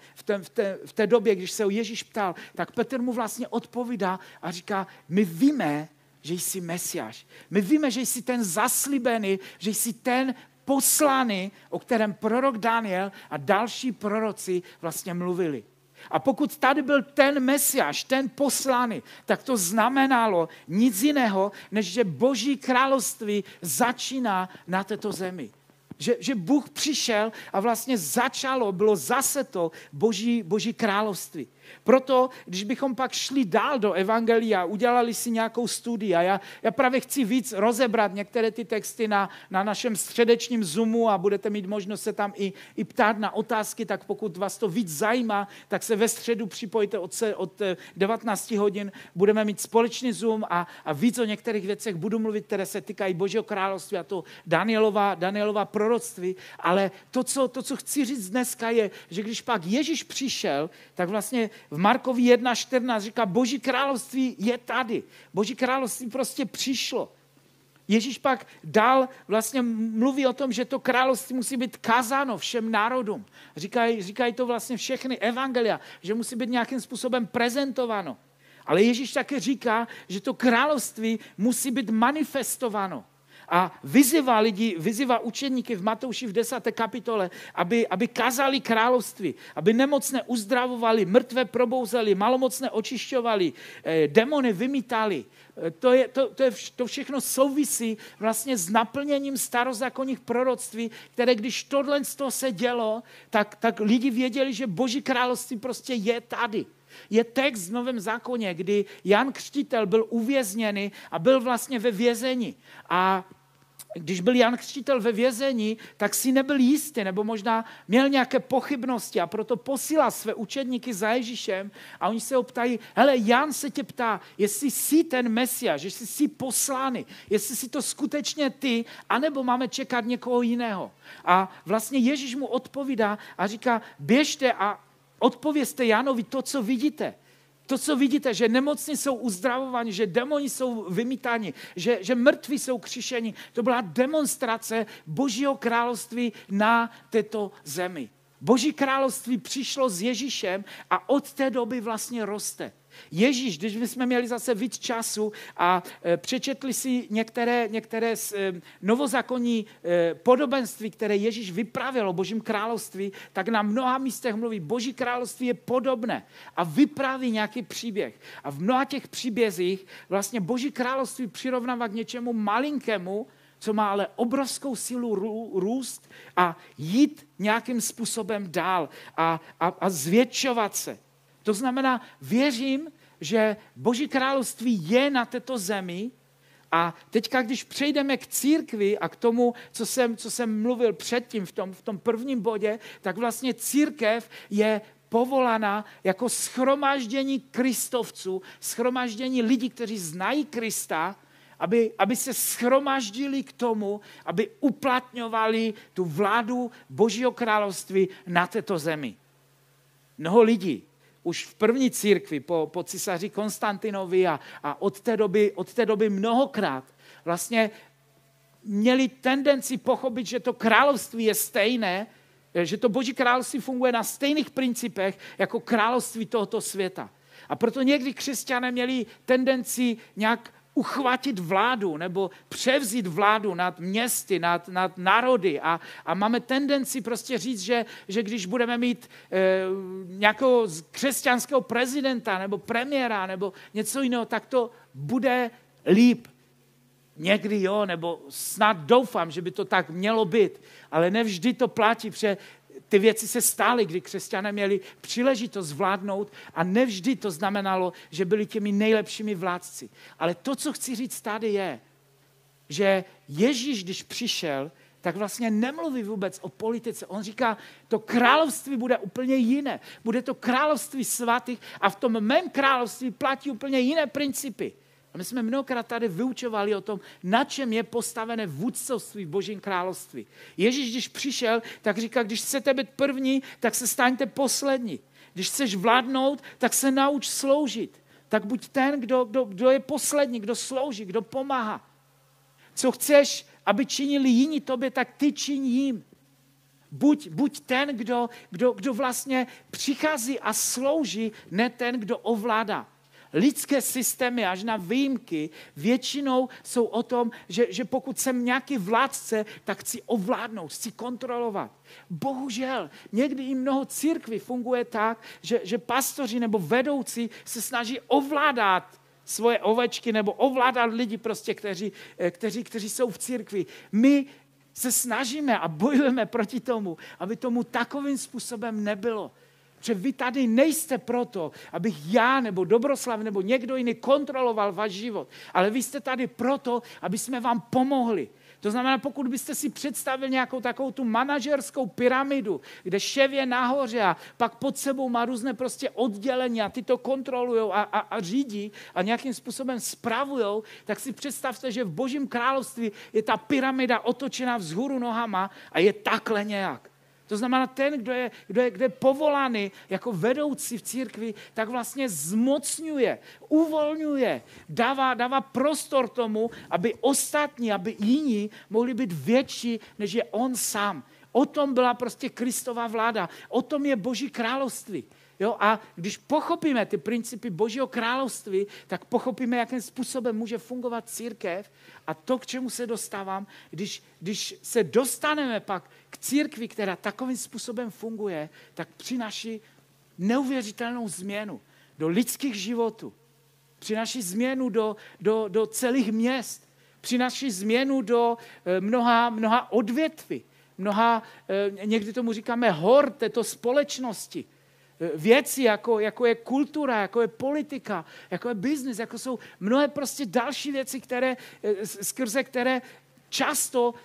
v té době, když se ho Ježíš ptal, tak Petr mu vlastně odpovídá a říká, my víme, že jsi Mesiáš. My víme, že jsi ten zaslíbený, že jsi ten poslaný, o kterém prorok Daniel a další proroci vlastně mluvili. A pokud tady byl ten Mesiáš, ten poslaný, tak to znamenalo nic jiného, než že Boží království začíná na této zemi. Že Bůh přišel a vlastně bylo zase to Boží království. Proto, když bychom pak šli dál do evangelia, udělali si nějakou studii a já právě chci víc rozebrat některé ty texty na našem středečním Zoomu a budete mít možnost se tam i ptát na otázky, tak pokud vás to víc zajímá, tak se ve středu připojte od 19 hodin, budeme mít společný Zoom a víc o některých věcech budu mluvit, které se týkají Božího království a to Danielova proroctví, ale to, co chci říct dneska je, že když pak Ježíš přišel, tak vlastně v Markovi 1.14 říká, Boží království je tady. Boží království prostě přišlo. Ježíš pak dál vlastně mluví o tom, že to království musí být kázáno všem národům. Říkají to vlastně všechny evangelia, že musí být nějakým způsobem prezentováno. Ale Ježíš také říká, že to království musí být manifestováno. A vyzývá učeníky v Matouši v 10. kapitole, aby kazali království, aby nemocné uzdravovali, mrtvé probouzeli, malomocné očišťovali, demony vymítali. To všechno souvisí vlastně s naplněním starozákonních proroctví, které když tohle se dělo, tak lidi věděli, že Boží království prostě je tady. Je text v Novém zákoně, kdy Jan Křtitel byl uvězněný a byl vlastně ve vězení. A když byl Jan Křtitel ve vězení, tak si nebyl jistý, nebo možná měl nějaké pochybnosti a proto posílal své učedníky za Ježíšem a oni se ho ptají, hele, Jan se tě ptá, jestli jsi ten Mesiáš, jestli jsi poslaný, jestli jsi to skutečně ty, anebo máme čekat někoho jiného. A vlastně Ježíš mu odpovídá a říká, běžte a odpovězte Janovi to, co vidíte. To, co vidíte, že nemocní jsou uzdravováni, že démoni jsou vymítáni, že mrtví jsou křišeni, to byla demonstrace Božího království na této zemi. Boží království přišlo s Ježíšem a od té doby vlastně roste. Ježíš, když bychom měli zase víc času a přečetli si některé novozákonní podobenství, které Ježíš vyprávěl o Božím království, tak na mnoha místech mluví, Boží království je podobné a vypráví nějaký příběh. A v mnoha těch příbězích vlastně Boží království přirovnává k něčemu malinkému, co má ale obrovskou sílu růst a jít nějakým způsobem dál a zvětšovat se. To znamená, věřím, že Boží království je na této zemi a teďka, když přejdeme k církvi a k tomu, co jsem mluvil předtím v tom prvním bodě, tak vlastně církev je povolaná jako shromáždění kristovců, shromáždění lidí, kteří znají Krista, aby se shromáždili k tomu, aby uplatňovali tu vládu Božího království na této zemi. Mnoho lidí už v první církvi po císaři Konstantinovi a od té doby mnohokrát vlastně měli tendenci pochopit, že to království je stejné, že to Boží království funguje na stejných principech jako království tohoto světa. A proto někdy křesťané měli tendenci nějak uchvatit vládu nebo převzít vládu nad městy, nad národy a máme tendenci prostě říct, že když budeme mít nějakého křesťanského prezidenta nebo premiéra nebo něco jiného, tak to bude líp. Někdy jo, nebo snad doufám, že by to tak mělo být, ale nevždy to platí, protože ty věci se stály, kdy křesťané měli příležitost zvládnout a nevždy to znamenalo, že byli těmi nejlepšími vládci. Ale to, co chci říct tady je, že Ježíš, když přišel, tak vlastně nemluví vůbec o politice. On říká, to království bude úplně jiné. Bude to království svatých a v tom mém království platí úplně jiné principy. A my jsme mnohokrát tady vyučovali o tom, na čem je postavené vůdcovství v Božím království. Ježíš, když přišel, tak říká, když chcete být první, tak se staňte poslední. Když chceš vládnout, tak se nauč sloužit. Tak buď ten, kdo je poslední, kdo slouží, kdo pomáhá. Co chceš, aby činili jiní tobě, tak ty čiň jim. Buď ten, kdo vlastně přichází a slouží, ne ten, kdo ovládá. Lidské systémy až na výjimky většinou jsou o tom, že pokud jsem nějaký vládce, tak chci ovládnout, chci kontrolovat. Bohužel, někdy i mnoho církví funguje tak, že pastoři nebo vedoucí se snaží ovládat svoje ovečky nebo ovládat lidi, prostě, kteří jsou v církvi. My se snažíme a bojujeme proti tomu, aby tomu takovým způsobem nebylo. Že vy tady nejste proto, abych já nebo Dobroslav nebo někdo jiný kontroloval váš život, ale vy jste tady proto, aby jsme vám pomohli. To znamená, pokud byste si představili nějakou takovou tu manažerskou pyramidu, kde šéf je nahoře a pak pod sebou má různé prostě oddělení a ty to kontrolujou a řídí a nějakým způsobem spravujou, tak si představte, že v Božím království je ta pyramida otočená vzhůru nohama a je takhle nějak. To znamená, ten, kdo je povolaný jako vedoucí v církvi, tak vlastně zmocňuje, uvolňuje, dává prostor tomu, aby ostatní, aby jiní mohli být větší, než je on sám. O tom byla prostě Kristova vláda. O tom je Boží království. Jo? A když pochopíme ty principy Božího království, tak pochopíme, jakým způsobem může fungovat církev. A to, k čemu se dostávám, když se dostaneme pak k církvi, která takovým způsobem funguje, tak přináší neuvěřitelnou změnu do lidských životů. Přináší změnu do celých měst. Přináší změnu do mnoha odvětví. Někdy tomu říkáme hor této společnosti. Věci, jako je kultura, jako je politika, jako je biznis, jako jsou mnohé prostě další věci, skrze které často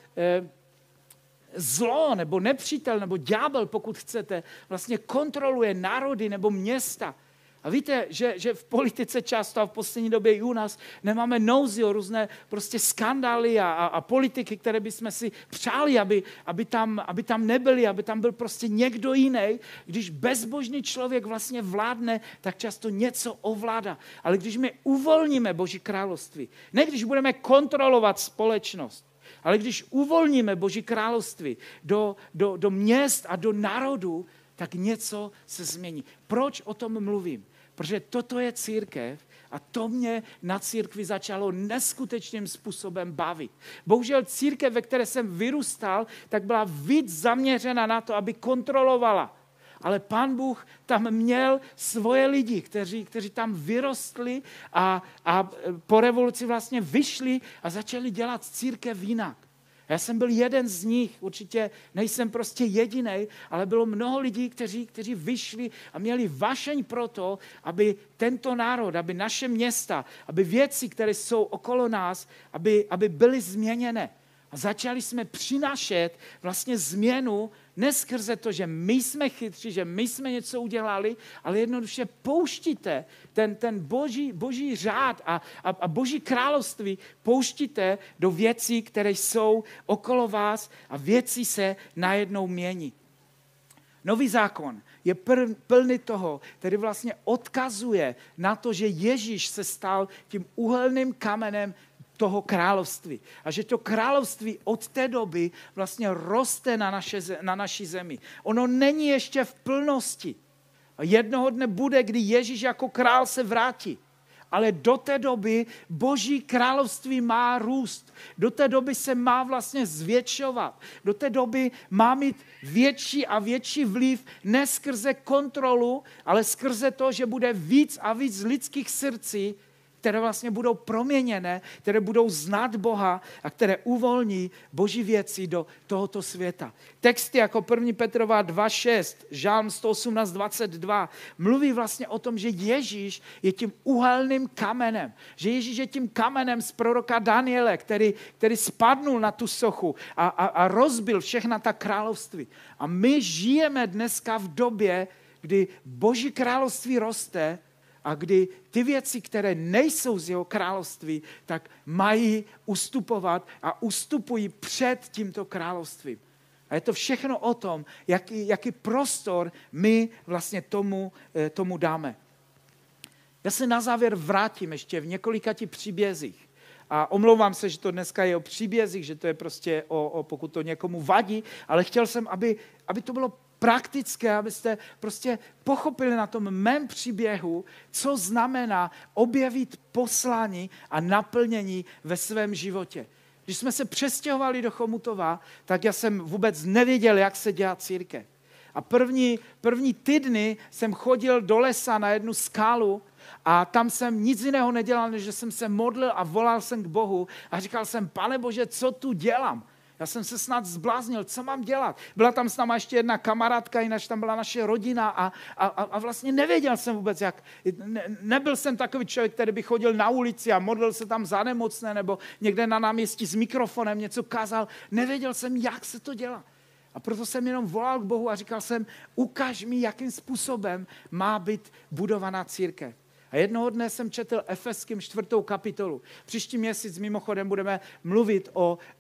zlo nebo nepřítel nebo ďábel, pokud chcete, vlastně kontroluje národy nebo města. A víte, že v politice často a v poslední době i u nás nemáme nouzi o různé prostě skandály a politiky, které bychom si přáli, aby tam nebyly, aby tam byl prostě někdo jiný. Když bezbožný člověk vlastně vládne, tak často něco ovládá. Ale když my uvolníme Boží království, ne když budeme kontrolovat společnost, ale když uvolníme Boží království do měst a do národů, tak něco se změní. Proč o tom mluvím? Protože toto je církev a to mě na církvi začalo neskutečným způsobem bavit. Bohužel církev, ve které jsem vyrůstal, tak byla víc zaměřena na to, aby kontrolovala. Ale Pán Bůh tam měl svoje lidi, kteří tam vyrostli a po revoluci vlastně vyšli a začali dělat církev jinak. Já jsem byl jeden z nich, určitě nejsem prostě jedinej, ale bylo mnoho lidí, kteří vyšli a měli vášeň pro to, aby tento národ, aby naše města, aby věci, které jsou okolo nás, aby byly změněné. A začali jsme přinášet vlastně změnu ne skrze to, že my jsme chytří, že my jsme něco udělali, ale jednoduše pouštíte ten boží řád a boží království pouštíte do věcí, které jsou okolo vás a věci se najednou mění. Nový zákon je plný toho, který vlastně odkazuje na to, že Ježíš se stal tím úhelným kamenem toho království. A že to království od té doby vlastně roste na naší zemi. Ono není ještě v plnosti. A jednoho dne bude, kdy Ježíš jako král se vrátí. Ale do té doby Boží království má růst. Do té doby se má vlastně zvětšovat. Do té doby má mít větší a větší vliv ne skrze kontrolu, ale skrze to, že bude víc a víc lidských srdcí, které vlastně budou proměněné, které budou znát Boha a které uvolní Boží věci do tohoto světa. Texty jako 1. Petrova 2.6, Žálm 118.22 mluví vlastně o tom, že Ježíš je tím úhelným kamenem. Že Ježíš je tím kamenem z proroka Daniele, který spadnul na tu sochu a rozbil všechna ta království. A my žijeme dneska v době, kdy Boží království roste, a kdy ty věci, které nejsou z jeho království, tak mají ustupovat a ustupují před tímto královstvím. A je to všechno o tom, jaký prostor my vlastně tomu dáme. Já se na závěr vrátím ještě v několika příbězích. A omlouvám se, že to dneska je o příbězích, že to je prostě pokud to někomu vadí, ale chtěl jsem, aby to bylo praktické, abyste prostě pochopili na tom mém příběhu, co znamená objevit poslání a naplnění ve svém životě. Když jsme se přestěhovali do Chomutova, tak já jsem vůbec nevěděl, jak se dělá církev. A první týdny jsem chodil do lesa na jednu skálu a tam jsem nic jiného nedělal, než že jsem se modlil a volal jsem k Bohu a říkal jsem, Pane Bože, co tu dělám? Já jsem se snad zbláznil, co mám dělat? Byla tam s náma ještě jedna kamarádka, jinak tam byla naše rodina a vlastně nevěděl jsem vůbec, jak. Nebyl jsem takový člověk, který by chodil na ulici a modlil se tam za nemocné nebo někde na náměstí s mikrofonem něco kázal. Nevěděl jsem, jak se to dělá. A proto jsem jenom volal k Bohu a říkal jsem, ukaž mi, jakým způsobem má být budovaná církev. A jednoho dne jsem četl Efeským 4. kapitolu. Příští měsíc mimochodem budeme mluvit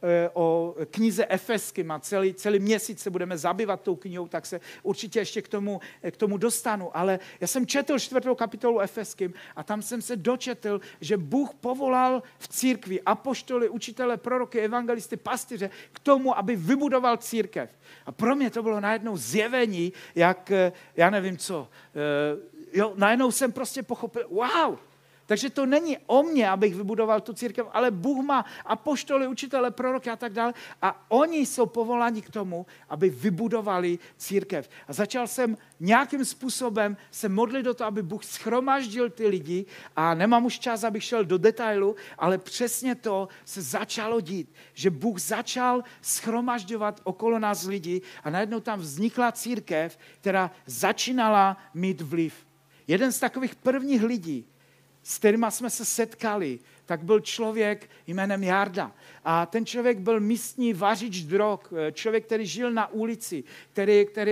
o knize Efeským a celý měsíc se budeme zabývat tou knihou, tak se určitě ještě k tomu dostanu. Ale já jsem četl 4. kapitolu Efeským a tam jsem se dočetl, že Bůh povolal v církvi apoštoly, učitele, proroky, evangelisty, pastýře k tomu, aby vybudoval církev. A pro mě to bylo najednou zjevení, jak, já nevím co, najednou jsem prostě pochopil, wow, takže to není o mně, abych vybudoval tu církev, ale Bůh má apoštoly, učitele, proroky a tak dále a oni jsou povoláni k tomu, aby vybudovali církev. A začal jsem nějakým způsobem se modlit do toho, aby Bůh shromaždil ty lidi a nemám už čas, abych šel do detailu, ale přesně to se začalo dít, že Bůh začal shromažďovat okolo nás lidi a najednou tam vznikla církev, která začínala mít vliv. Jeden z takových prvních lidí, s kterými jsme se setkali, tak byl člověk jménem Jarda. A ten člověk byl místní vařič drog, člověk, který žil na ulici, který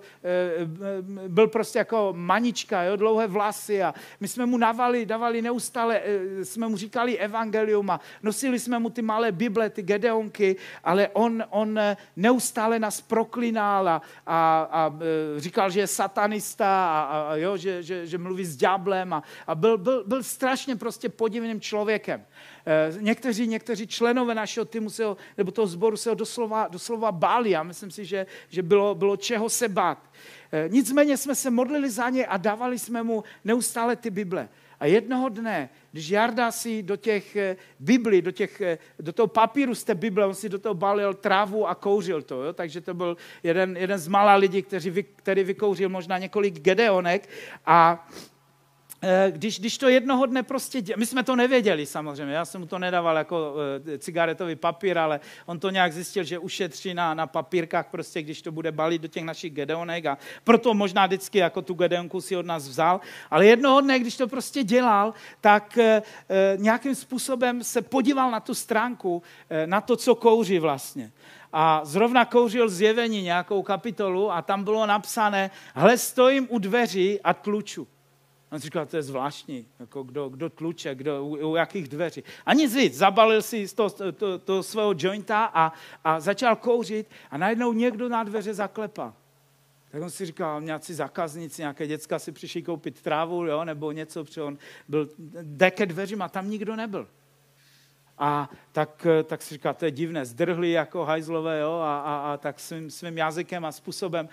byl prostě jako manička, jo, dlouhé vlasy a my jsme mu dávali neustále, jsme mu říkali evangelium a nosili jsme mu ty malé Bible, ty Gedeonky, ale on neustále nás proklínal a říkal, že je satanista a jo, že mluví s ďáblem a byl strašně prostě podivným člověkem. Někteří členové našeho týmu nebo toho sboru se ho doslova báli a myslím si, že bylo čeho se bát. Nicméně jsme se modlili za ně a dávali jsme mu neustále ty Bible. A jednoho dne, když Jarda si do těch Biblí, do toho papíru z té Bible, on si do toho balil trávu a kouřil to. Jo? Takže to byl jeden z mála lidí, který vykouřil možná několik Gedeonek a když to jednoho dne prostě my jsme to nevěděli samozřejmě, já jsem mu to nedával jako cigaretový papír, ale on to nějak zjistil, že ušetří na papírkách prostě, když to bude balit do těch našich gedeonek a proto možná vždycky jako tu gedeonku si od nás vzal, ale jednoho dne, když to prostě dělal, tak nějakým způsobem se podíval na tu stránku, na to, co kouří vlastně. A zrovna kouřil Zjevení nějakou kapitolu a tam bylo napsané, hle, stojím u dveří a tluču. On si říkal, to je zvláštní, jako kdo tluče, u jakých dveří. A nic víc, zabalil si toho svého jointa a začal kouřit a najednou někdo na dveře zaklepal. Tak on si říkal, nějací zákazníci, nějaké děcka si přišli koupit trávu, jo, nebo něco, protože on byl ke dveřím a tam nikdo nebyl. A tak si říká, to je divné, zdrhli jako hajzlové, jo, a tak svým jazykem a způsobem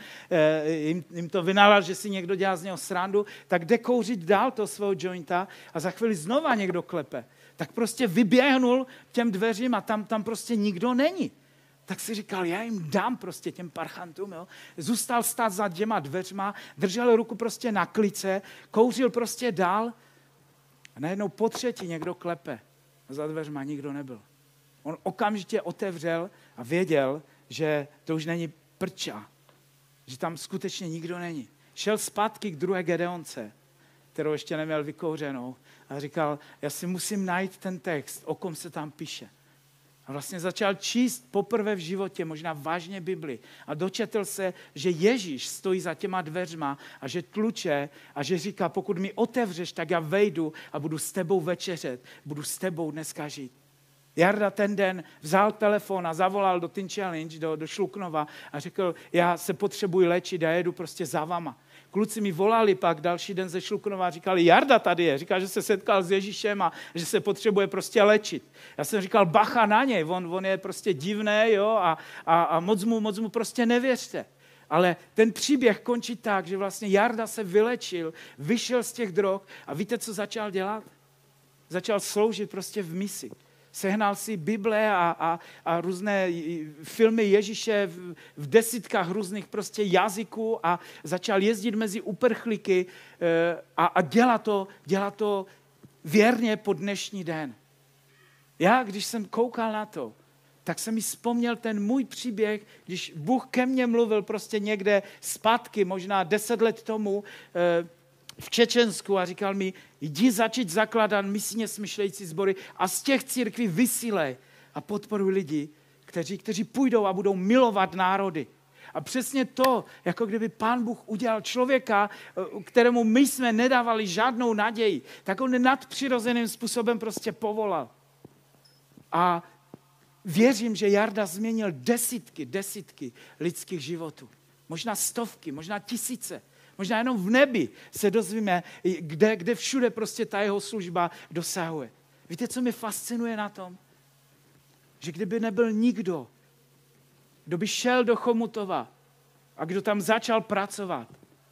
jim to vynalal, že si někdo dělá z něho srandu, tak jde kouřit dál toho svého jointa a za chvíli znova někdo klepe. Tak prostě vyběhnul těm dveřím a tam prostě nikdo není. Tak si říkal, já jim dám prostě těm parchantům, jo. Zůstal stát za těma dveřma, držel ruku prostě na klice, kouřil prostě dál a najednou po třetí někdo klepe. Za dveřma nikdo nebyl. On okamžitě otevřel a věděl, že to už není prča, že tam skutečně nikdo není. Šel zpátky k druhé Gedeonce, kterou ještě neměl vykouřenou a říkal, já si musím najít ten text, o kom se tam píše. A vlastně začal číst poprvé v životě, možná vážně Bibli. A dočetl se, že Ježíš stojí za těma dveřma a že tluče a že říká, pokud mi otevřeš, tak já vejdu a budu s tebou večeřet. Budu s tebou dneska žít. Jarda ten den vzal telefon a zavolal do Teen Challenge, do Šluknova a řekl, já se potřebuji léčit, já jedu prostě za vama. Kluci mi volali pak další den ze Šluknova a říkali, Jarda tady je. Říkal, že se setkal s Ježíšem a že se potřebuje prostě léčit. Já jsem říkal, bacha na něj, on je prostě divný, jo, a moc mu prostě nevěřte. Ale ten příběh končí tak, že vlastně Jarda se vylečil, vyšel z těch drog a víte, co začal dělat? Začal sloužit prostě v misi. Sehnal si Bible a různé filmy Ježíše v desítkách různých prostě jazyků a začal jezdit mezi uprchlíky a dělá to věrně po dnešní den. Já, když jsem koukal na to, tak jsem mi vzpomněl ten můj příběh, když Bůh ke mně mluvil prostě někde zpátky, možná 10 let tomu, v Čečensku a říkal mi, jdi začít zakládat misijně smyšlející sbory a z těch církví vysílej a podporuj lidi, kteří půjdou a budou milovat národy. A přesně to, jako kdyby Pán Bůh udělal člověka, kterému my jsme nedávali žádnou naději, tak on nadpřirozeným způsobem prostě povolal. A věřím, že Jarda změnil desítky lidských životů. Možná stovky, možná tisíce. Možná jenom v nebi se dozvíme, kde všude prostě ta jeho služba dosahuje. Víte, co mě fascinuje na tom? Že kdyby nebyl nikdo, kdo by šel do Chomutova a kdo tam začal pracovat,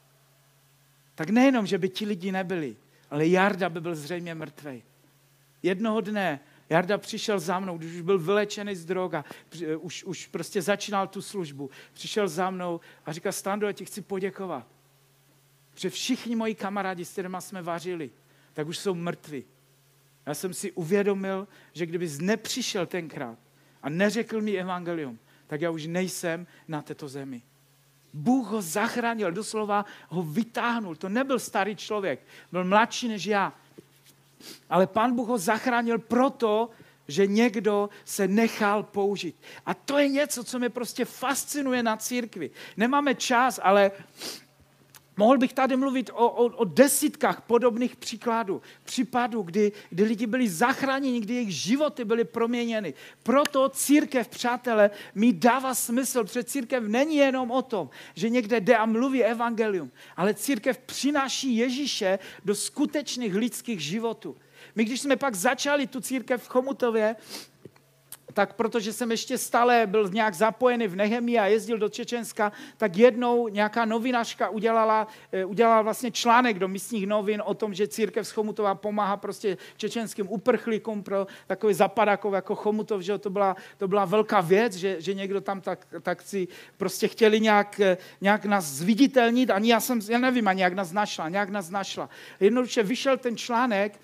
tak nejenom, že by ti lidi nebyli, ale Jarda by byl zřejmě mrtvej. Jednoho dne Jarda přišel za mnou, když už byl vylečený z drog a už prostě začínal tu službu. Přišel za mnou a říkal, Stando, já ti chci poděkovat. Protože všichni moji kamarádi, s kterými jsme vařili, tak už jsou mrtví. Já jsem si uvědomil, že kdybys nepřišel tenkrát a neřekl mi evangelium, tak já už nejsem na této zemi. Bůh ho zachránil, doslova ho vytáhnul. To nebyl starý člověk, byl mladší než já. Ale Pán Bůh ho zachránil proto, že někdo se nechal použít. A to je něco, co mě prostě fascinuje na církvi. Nemáme čas, ale mohl bych tady mluvit o desítkách podobných případů, kdy lidi byli zachráněni, kdy jejich životy byly proměněny. Proto církev, přátelé, mi dává smysl, protože církev není jenom o tom, že někde jde a mluví evangelium, ale církev přináší Ježíše do skutečných lidských životů. My, když jsme pak začali tu církev v Chomutově, tak protože jsem ještě stále byl nějak zapojený v Nehemii a jezdil do Čečenska, tak jednou nějaká novinářka udělala vlastně článek do místních novin o tom, že církev z Chomutova pomáhá prostě čečenským uprchlíkům pro takový zapadákov jako Chomutov, že to byla velká věc, že někdo tam tak si prostě chtěli nějak nás zviditelnit, ani já nevím, ani jak nás našla. Jednoduše vyšel ten článek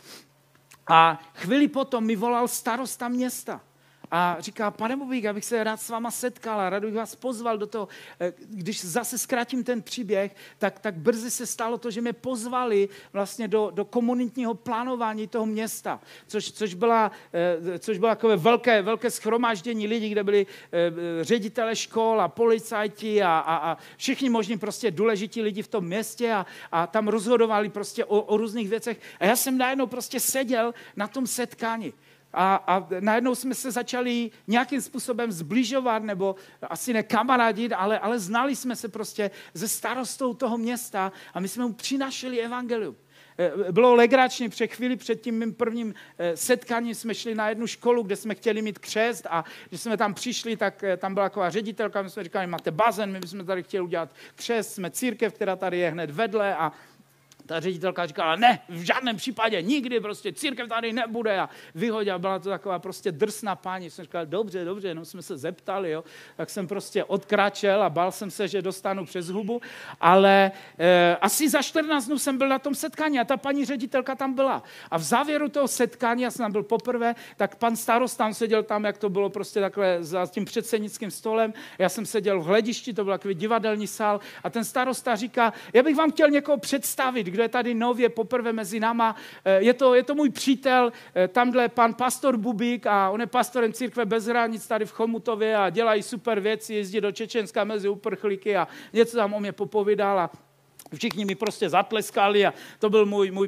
a chvíli potom mi volal starosta města. A říká, pane Bubík, já bych se rád s váma setkal a rád bych vás pozval do toho. Když zase zkrátím ten příběh, tak brzy se stalo to, že mě pozvali vlastně do komunitního plánování toho města, což bylo takové velké shromáždění lidí, kde byli ředitele škol a policajti a všichni možní prostě důležití lidi v tom městě a tam rozhodovali prostě o různých věcech. A já jsem najednou prostě seděl na tom setkání. A najednou jsme se začali nějakým způsobem zbližovat, nebo asi ne kamarádit, ale znali jsme se prostě se starostou toho města a my jsme mu přinášeli evangelium. Bylo legrační, chvíli před tím mým prvním setkáním jsme šli na jednu školu, kde jsme chtěli mít křest a když jsme tam přišli, tak tam byla taková ředitelka, my jsme říkali, máte bazén, my jsme tady chtěli udělat křest, jsme církev, která tady je hned vedle a ta ředitelka říkala, ne, v žádném případě, nikdy, prostě církev tady nebude a vyhodila, byla to taková prostě drsná paní. Jsem říkal, dobře, jenom jsme se zeptali, jo. Tak jsem prostě odkráčel a bál jsem se, že dostanu přes hubu, ale asi za 14 dnů jsem byl na tom setkání a ta paní ředitelka tam byla. A v závěru toho setkání, já jsem tam byl poprvé, tak pan starosta tam seděl tam, jak to bylo prostě takhle za tím předsednickým stolem, já jsem seděl v hledišti, to byl takový divadelní sál a ten starosta říká, já bych vám chtěl někoho představit, kdo je tady nově poprvé mezi náma. Je to můj přítel, tamhle pan pastor Bubík a on je pastorem církve bez hranic tady v Chomutově a dělají super věci, jezdí do Čečenska mezi uprchlíky a něco tam o mě popovídal a všichni mi prostě zatleskali a to byl můj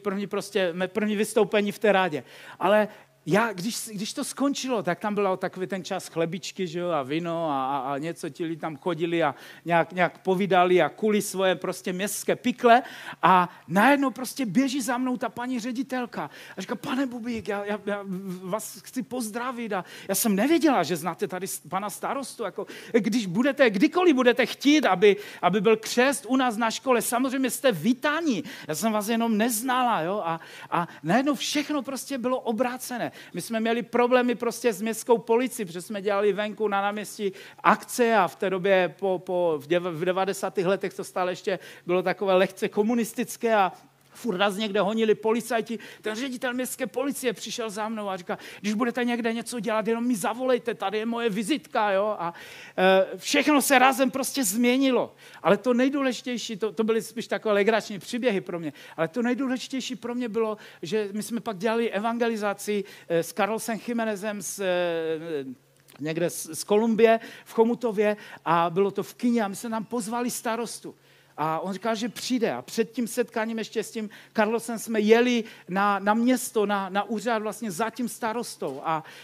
první vystoupení v té rádě. Ale když to skončilo, tak tam byl takový ten čas chlebičky, že jo, a víno a něco, ti lidi tam chodili a nějak povídali a kuli svoje prostě městské pikle a najednou prostě běží za mnou ta paní ředitelka a říká, pane Bubík, já vás chci pozdravit a já jsem nevěděla, že znáte tady pana starostu, jako kdykoliv budete chtít, aby byl křest u nás na škole, samozřejmě jste vítáni, já jsem vás jenom neznala, jo, a najednou všechno prostě bylo obrácené. My jsme měli problémy prostě s městskou policií, protože jsme dělali venku na náměstí akce a v té době v 90. letech to stále ještě bylo takové lehce komunistické a furt nás někde honili policajti. Ten ředitel městské policie přišel za mnou a říká, když budete někde něco dělat, jenom mi zavolejte, tady je moje vizitka. Jo? A všechno se razem prostě změnilo. Ale to nejdůležitější, to byly spíš takové legrační příběhy pro mě, ale to nejdůležitější pro mě bylo, že my jsme pak dělali evangelizaci s Karlosem Chimenezem někde z Kolumbie v Chomutově a bylo to v kině a my jsme tam pozvali starostu. A on říkal, že přijde. A před tím setkáním ještě s tím Karlosem jsme jeli na město, na úřad vlastně za tím starostou,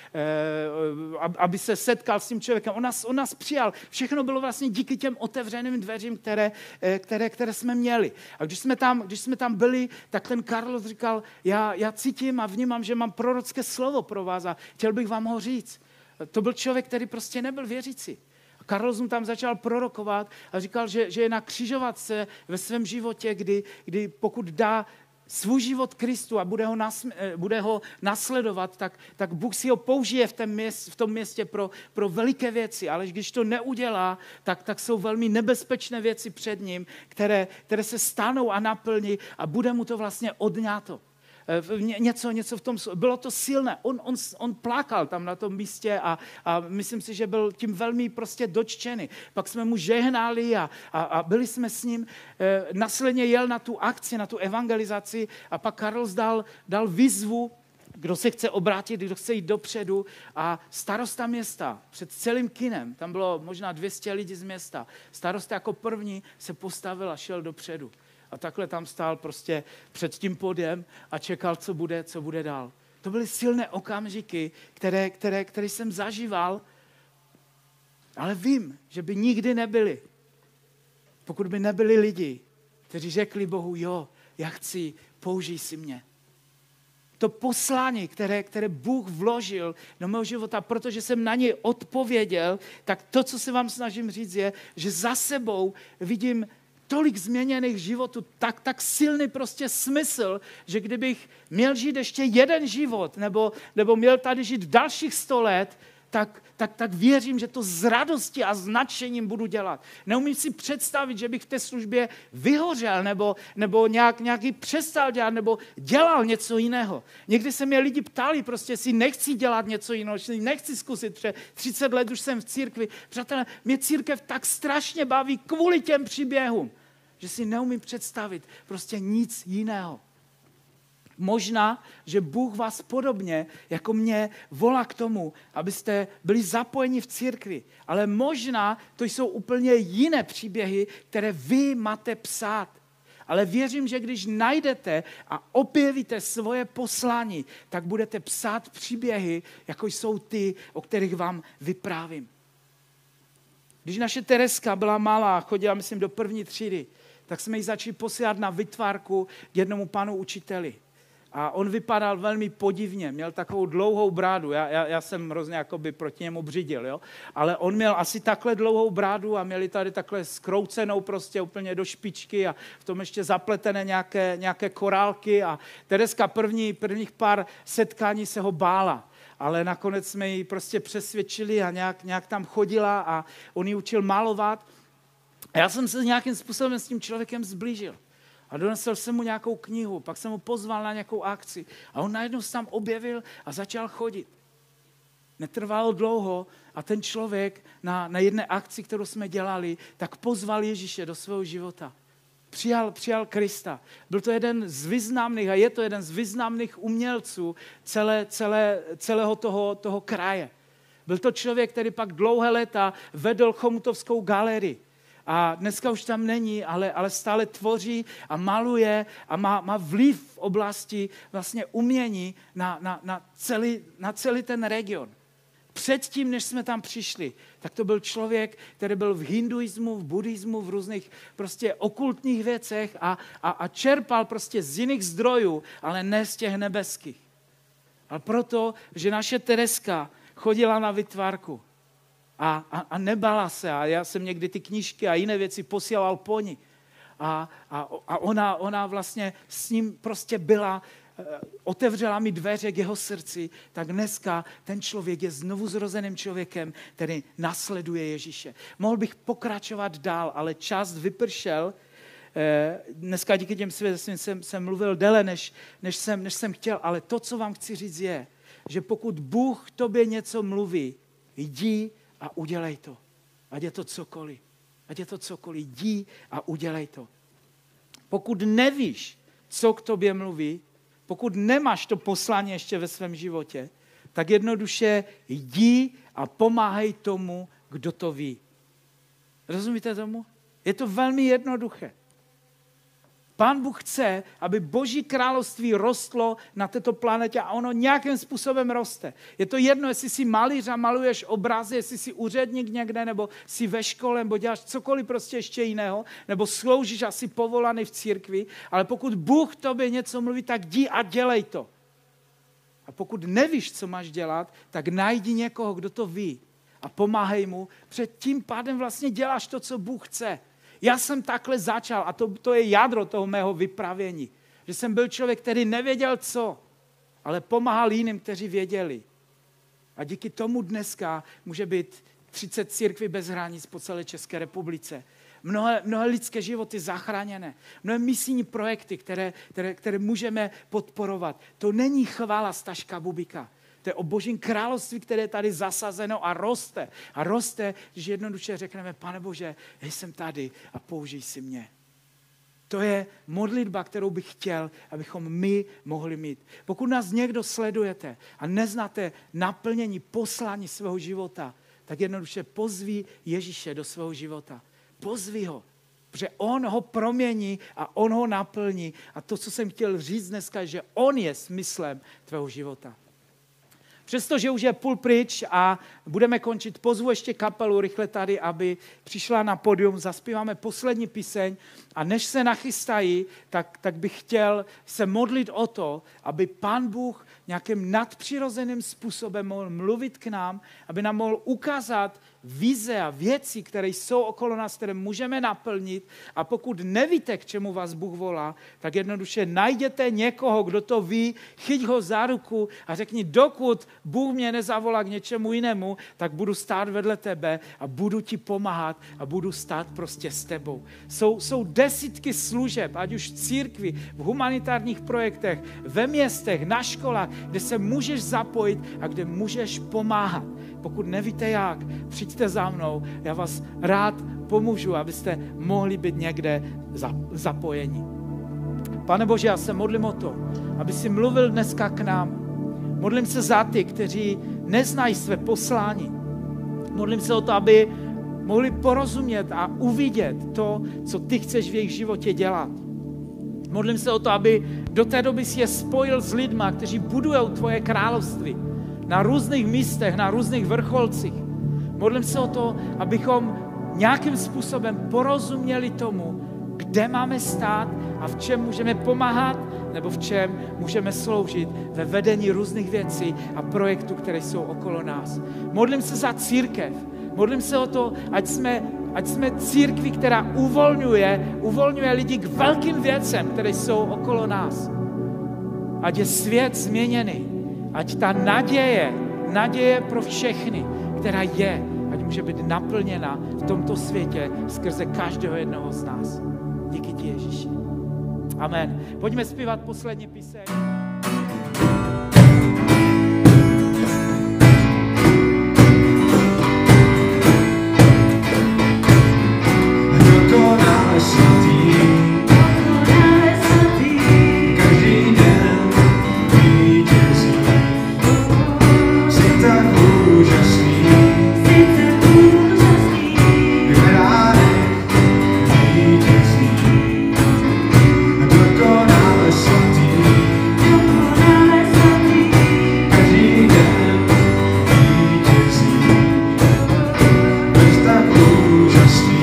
aby se setkal s tím člověkem. On nás přijal. Všechno bylo vlastně díky těm otevřeným dveřím, které jsme měli. A když jsme tam byli, tak ten Karlos říkal, já cítím a vnímám, že mám prorocké slovo pro vás a chtěl bych vám ho říct. To byl člověk, který prostě nebyl věřící. Karlos mu tam začal prorokovat a říkal, že je na křižovatce ve svém životě, kdy pokud dá svůj život Kristu a bude ho nasledovat, tak Bůh si ho použije v tom městě pro veliké věci. Ale když to neudělá, tak jsou velmi nebezpečné věci před ním, které se stanou a naplní a bude mu to vlastně odňato. Něco v tom, bylo to silné. On plakal tam na tom místě a myslím si, že byl tím velmi prostě dotčený. Pak jsme mu žehnali a byli jsme s ním. Následně jel na tu akci, na tu evangelizaci a pak Karls dal výzvu, kdo se chce obrátit, kdo chce jít dopředu a starosta města před celým kinem, tam bylo možná 200 lidí z města, starosta jako první se postavil a šel dopředu. A takhle tam stál prostě před tím podiem a čekal, co bude dál. To byly silné okamžiky, které jsem zažíval, ale vím, že by nikdy nebyly, pokud by nebyli lidi, kteří řekli Bohu, jo, já chci, použij si mě. to poslání, které Bůh vložil do mého života, protože jsem na něj odpověděl, tak to, co se vám snažím říct, je, že za sebou vidím tolik změněných životů, tak silný prostě smysl, že kdybych měl žít ještě jeden život, nebo měl tady žít dalších 100 let, tak věřím, že to s radostí a s nadšením budu dělat. Neumím si představit, že bych v té službě vyhořel, nebo nějaký přestal dělat, nebo dělal něco jiného. Někdy se mě lidi ptali, prostě si nechci dělat něco jiného, si nechci zkusit, protože 30 let už jsem v církvi. Přátelé, mě církev tak strašně baví kvůli těm příběhům, že si neumím představit prostě nic jiného. Možná, že Bůh vás podobně, jako mě, volá k tomu, abyste byli zapojeni v církvi. Ale možná to jsou úplně jiné příběhy, které vy máte psát. Ale věřím, že když najdete a objevíte svoje poslání, tak budete psát příběhy, jako jsou ty, o kterých vám vyprávím. Když naše Tereska byla malá, chodila, myslím, do 1. třídy, tak jsme ji začali posílat na vytvarku k jednomu panu učiteli. A on vypadal velmi podivně, měl takovou dlouhou brádu, já jsem hrozně jakoby proti němu břidil, jo? Ale on měl asi takhle dlouhou brádu a měli tady takhle skroucenou prostě úplně do špičky a v tom ještě zapletené nějaké korálky a Tereska prvních pár setkání se ho bála. Ale nakonec jsme ji prostě přesvědčili a nějak tam chodila a on ji učil malovat. A já jsem se nějakým způsobem s tím člověkem zblížil. A donesl jsem mu nějakou knihu, pak jsem ho pozval na nějakou akci a on najednou se tam objevil a začal chodit. Netrvalo dlouho a ten člověk na jedné akci, kterou jsme dělali, tak pozval Ježíše do svého života. Přijal Krista. Byl to jeden z významných a je to jeden z významných umělců celého toho kraje. Byl to člověk, který pak dlouhé léta vedl Chomutovskou galerii. A dneska už tam není, ale stále tvoří a maluje a má vliv v oblasti vlastně umění na celý ten region. Předtím, než jsme tam přišli, tak to byl člověk, který byl v hinduismu, v buddhismu, v různých prostě okultních věcech a čerpal prostě z jiných zdrojů, ale ne z těch nebeských. Ale proto, že naše Tereska chodila na vytvarku, a nebala se. A já jsem někdy ty knížky a jiné věci posílal po ní. A ona vlastně s ním prostě byla, otevřela mi dveře k jeho srdci, tak dneska ten člověk je znovuzrozeným člověkem, který nasleduje Ježíše. Mohl bych pokračovat dál, ale čas vypršel. Dneska díky těm svědectvím jsem mluvil déle, než jsem chtěl, ale to, co vám chci říct, je, že pokud Bůh tobě něco mluví, jdi a udělej to. Ať je to cokoliv. Jdi a udělej to. Pokud nevíš, co k tobě mluví, pokud nemáš to poslání ještě ve svém životě, tak jednoduše jdi a pomáhej tomu, kdo to ví. Rozumíte tomu? Je to velmi jednoduché. Pán Bůh chce, aby Boží království rostlo na této planetě a ono nějakým způsobem roste. Je to jedno, jestli jsi malíř a maluješ obrazy, jestli jsi úředník někde, nebo jsi ve škole, nebo děláš cokoliv prostě ještě jiného, nebo sloužíš a jsi povolaný v církvi, ale pokud Bůh tobě něco mluví, tak jdi a dělej to. A pokud nevíš, co máš dělat, tak najdi někoho, kdo to ví a pomáhej mu, před tím pádem vlastně děláš to, co Bůh chce. Já jsem takhle začal a to je jádro toho mého vyprávění. Že jsem byl člověk, který nevěděl co, ale pomáhal jiným, kteří věděli. A díky tomu dneska může být 30 církví bez hranic po celé České republice. Mnohé lidské životy zachráněné. Mnohé misijní projekty, které můžeme podporovat. To není chvála Staška Bubika. To je o Božím království, které je tady zasazeno a roste. A roste, když jednoduše řekneme, Pane Bože, jsem tady a použij si mě. To je modlitba, kterou bych chtěl, abychom my mohli mít. Pokud nás někdo sledujete a neznáte naplnění poslání svého života, tak jednoduše pozví Ježíše do svého života. Pozví ho, protože on ho promění a on ho naplní. A to, co jsem chtěl říct dneska, že on je smyslem tvého života. Přestože už je půl pryč a budeme končit, pozvu ještě kapelu rychle tady, aby přišla na pódium, zaspíváme poslední píseň a než se nachystají, tak bych chtěl se modlit o to, aby Pán Bůh nějakým nadpřirozeným způsobem mohl mluvit k nám, aby nám mohl ukázat vize a věci, které jsou okolo nás, které můžeme naplnit, a pokud nevíte, k čemu vás Bůh volá, tak jednoduše najděte někoho, kdo to ví, chyť ho za ruku a řekni, dokud Bůh mě nezavolá k něčemu jinému, tak budu stát vedle tebe a budu ti pomáhat a budu stát prostě s tebou. Jsou desítky služeb, ať už v církvi, v humanitárních projektech, ve městech, na školách, kde se můžeš zapojit a kde můžeš pomáhat. Pokud nevíte jak, přijďte za mnou, já vás rád pomůžu, abyste mohli být někde zapojeni. Pane Bože, já se modlím o to, aby si mluvil dneska k nám. Modlím se za ty, kteří neznají své poslání. Modlím se o to, aby mohli porozumět a uvidět to, co ty chceš v jejich životě dělat. Modlím se o to, aby do té doby si je spojil s lidma, kteří budujou tvoje království na různých místech, na různých vrcholcích. Modlím se o to, abychom nějakým způsobem porozuměli tomu, kde máme stát a v čem můžeme pomáhat, nebo v čem můžeme sloužit ve vedení různých věcí a projektů, které jsou okolo nás. Modlím se za církev. Modlím se o to, ať jsme církví, která uvolňuje lidi k velkým věcem, které jsou okolo nás. Ať je svět změněný. Ať ta naděje pro všechny, která je, ať může být naplněna v tomto světě skrze každého jednoho z nás. Díky ti, Ježíši. Amen. Pojďme zpívat poslední píseň. Dokonale svatý, každý den vítězí. Jsi tak úžasný, vyhránek vítězí. Dokonale svatý, každý den vítězí. Jsi tak úžasný,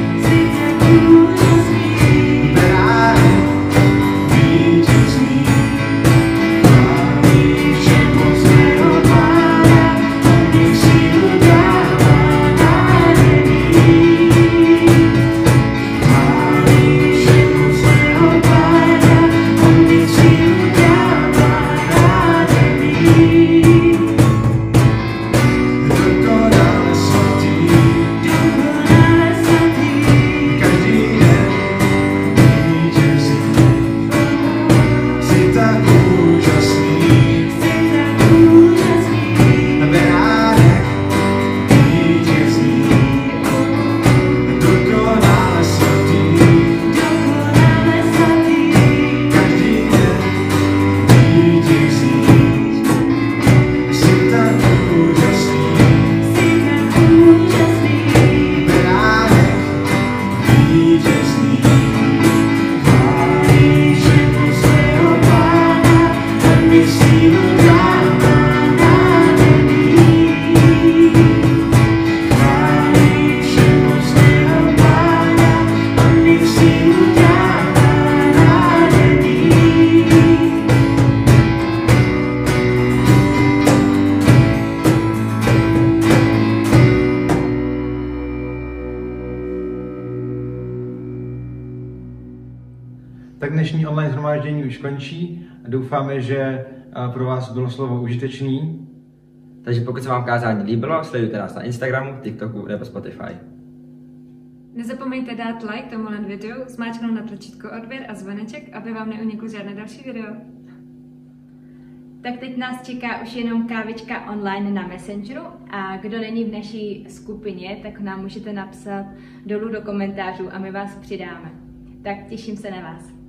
Tak dnešní online shromáždění už končí a doufáme, že pro vás bylo slovo užitečný. Takže pokud se vám kázání líbilo, sledujte nás na Instagramu, TikToku nebo Spotify. Nezapomeňte dát like tomuhle videu, zmáčknout na tlačítko odběr a zvoneček, aby vám neuniklo žádné další video. Tak teď nás čeká už jenom kávička online na Messengeru a kdo není v naší skupině, tak nám můžete napsat dolů do komentářů a my vás přidáme. Tak těším se na vás.